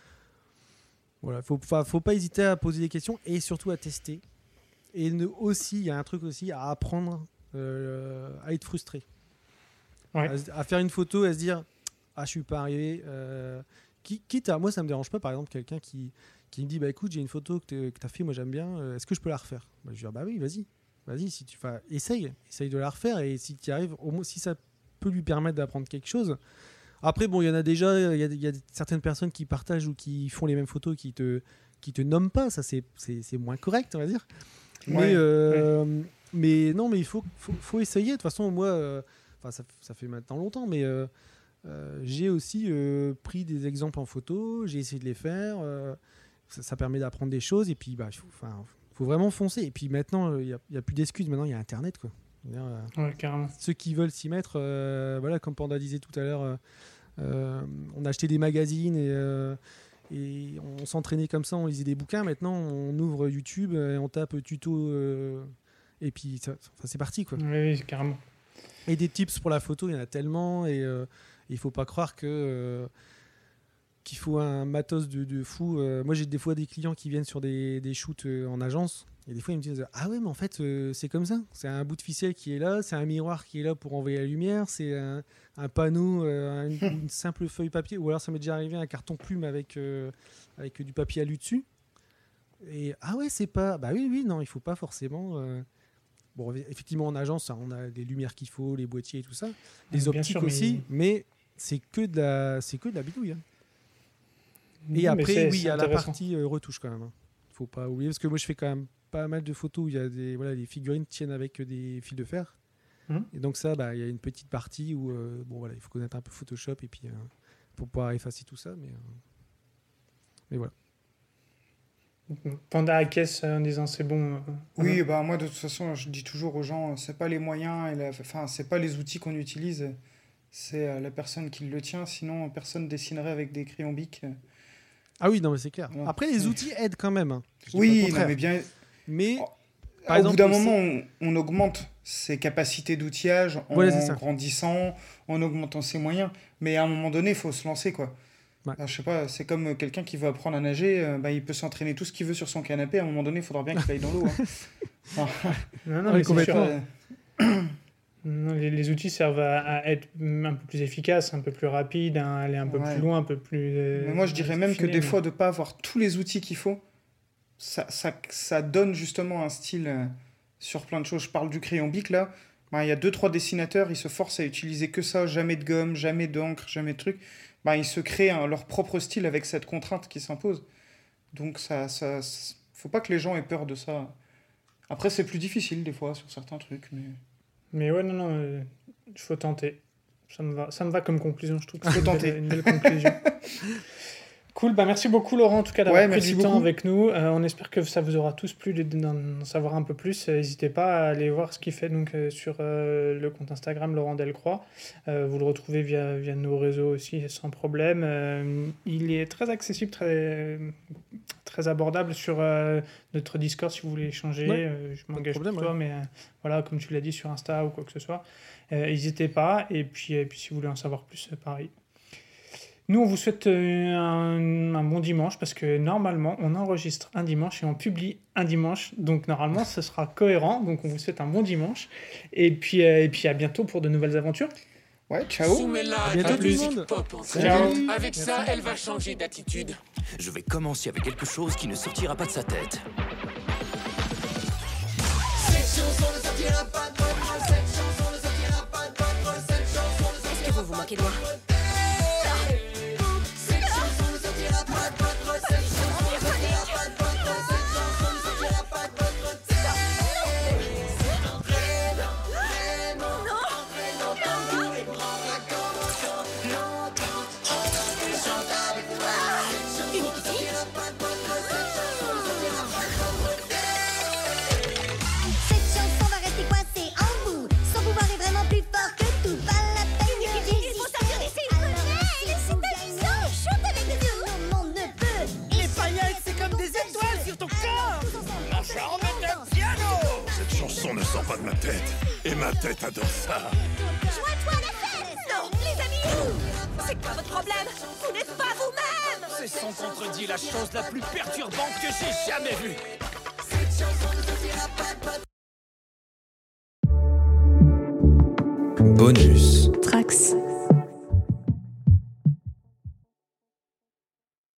voilà, faut, faut, faut pas hésiter à poser des questions et surtout à tester. Et ne- aussi, il y a un truc aussi à apprendre euh, à être frustré. Ouais. À, se- à faire une photo et à se dire ah je suis pas arrivé. Euh, qui- quitte à moi ça me dérange pas par exemple quelqu'un qui, qui me dit bah écoute j'ai une photo que tu as fait moi j'aime bien. euh, Est-ce que je peux la refaire? Bah, je vais dire bah oui vas-y vas-y si tu enfin, essaye essaye de la refaire et si tu y arrives au moins si ça peut lui permettre d'apprendre quelque chose. Après, bon, il y en a déjà, il y a, il y a certaines personnes qui partagent ou qui font les mêmes photos qui te, qui te nomment pas. Ça, c'est, c'est, c'est moins correct, on va dire. Ouais, mais, euh, mais non, mais il faut, faut, faut essayer. De toute façon, moi, euh, enfin, ça, ça fait maintenant longtemps, mais euh, euh, j'ai aussi euh, pris des exemples en photo. J'ai essayé de les faire. Euh, ça, ça permet d'apprendre des choses. Et puis, bah, il faut, faut vraiment foncer. Et puis maintenant, il n'y a, a plus d'excuses. Maintenant, il y a Internet, quoi. Euh, ouais, carrément. Ceux qui veulent s'y mettre, euh, voilà, comme Panda disait tout à l'heure, euh, euh, on achetait des magazines et, euh, et on s'entraînait comme ça, on lisait des bouquins. Maintenant, on ouvre YouTube et on tape tuto euh, et puis ça, ça, c'est parti, quoi. Oui, oui, carrément. Et des tips pour la photo, il y en a tellement et euh, il faut pas croire que euh, qu'il faut un matos de, de fou. Euh, moi, j'ai des fois des clients qui viennent sur des, des shoots euh, en agence. Et des fois, ils me disent « Ah ouais, mais en fait, euh, c'est comme ça. C'est un bout de ficelle qui est là, c'est un miroir qui est là pour envoyer la lumière, c'est un, un panneau, euh, une, une simple feuille papier. » Ou alors, ça m'est déjà arrivé, un carton plume avec, euh, avec du papier alu dessus. Et « Ah ouais, c'est pas... » Bah oui, oui, non, il faut pas forcément... Euh... Bon, effectivement, en agence, on a les lumières qu'il faut, les boîtiers et tout ça. Les optiques sûr, aussi, mais, mais c'est que de la, c'est que de la bidouille. Hein. Et oui, après, oui, il y a la partie euh, retouche quand même. Hein. Faut pas oublier, parce que moi, je fais quand même pas mal de photos où il y a des, voilà, les figurines tiennent avec des fils de fer. Mmh. Et donc ça, bah, il y a une petite partie où euh, bon, voilà, il faut connaître un peu Photoshop et puis, euh, pour pouvoir effacer tout ça. Mais, euh, mais voilà. Panda à caisse en disant c'est bon. Euh, oui, bah moi de toute façon, je dis toujours aux gens, c'est pas les moyens, et la, enfin c'est pas les outils qu'on utilise, c'est euh, la personne qui le tient. Sinon, personne dessinerait avec des crayons Bic. Ah oui, non mais c'est clair. Non. Après, les outils aident quand même. Hein. Oui, non, mais bien. Mais par au exemple, bout d'un moment, on, on augmente ses capacités d'outillage en voilà, grandissant, en augmentant ses moyens. Mais à un moment donné, il faut se lancer, quoi. Ouais. Alors, je sais pas, c'est comme quelqu'un qui veut apprendre à nager, euh, bah, il peut s'entraîner tout ce qu'il veut sur son canapé, à un moment donné, il faudra bien qu'il aille dans l'eau. Hein. non, non, mais complètement. Euh... non, les, les outils servent à, à être un peu plus efficaces, un peu plus rapides, à aller un peu ouais. plus loin, un peu plus... Euh, mais moi, je dirais même que des mais... fois, de ne pas avoir tous les outils qu'il faut, ça, ça, ça donne justement un style euh, sur plein de choses. Je parle du crayon Bic, là. Bah, il y a deux, trois dessinateurs, ils se forcent à utiliser que ça, jamais de gomme, jamais d'encre, jamais de trucs. Bah, ils se créent hein, leur propre style avec cette contrainte qui s'impose. Donc, ça, ça, ça, faut pas que les gens aient peur de ça. Après, c'est plus difficile des fois sur certains trucs. Mais, mais ouais, non, non, il euh, faut tenter. Ça me va, ça me va comme conclusion, je trouve que c'est une tenter. belle, une belle conclusion. Cool, bah merci beaucoup Laurent en tout cas d'avoir ouais, pris du beaucoup. temps avec nous. Euh, on espère que ça vous aura tous plu d'en savoir un peu plus. N'hésitez pas à aller voir ce qu'il fait donc, euh, sur euh, le compte Instagram Laurent Delcroix. Euh, vous le retrouvez via, via nos réseaux aussi sans problème. Euh, il est très accessible, très, très abordable sur euh, notre Discord si vous voulez échanger. Ouais, euh, je m'engage pour toi, ouais. mais euh, voilà, comme tu l'as dit sur Insta ou quoi que ce soit. Euh, n'hésitez pas. Et puis, et puis si vous voulez en savoir plus, pareil. Nous, on vous souhaite un, un bon dimanche parce que normalement, on enregistre un dimanche et on publie un dimanche. Donc, normalement, ce sera cohérent. Donc, on vous souhaite un bon dimanche. Et puis, euh, et puis à bientôt pour de nouvelles aventures. Ouais, ciao. À bientôt tout le monde. Ciao. Avec ça, elle va changer d'attitude. Je vais commencer avec quelque chose qui ne sortira pas de sa tête. Cette chanson ne sortira pas de votre cette chanson ne sortira pas de votre cette chanson ne sortira pas. Est-ce que vous vous moquez de moi? Ne sort pas de ma tête, et ma tête adore ça. Joins-toi à la fête. Non, les amis, c'est quoi votre problème? Vous n'êtes pas vous-même. C'est sans contredit la chose la plus perturbante que j'ai jamais vue.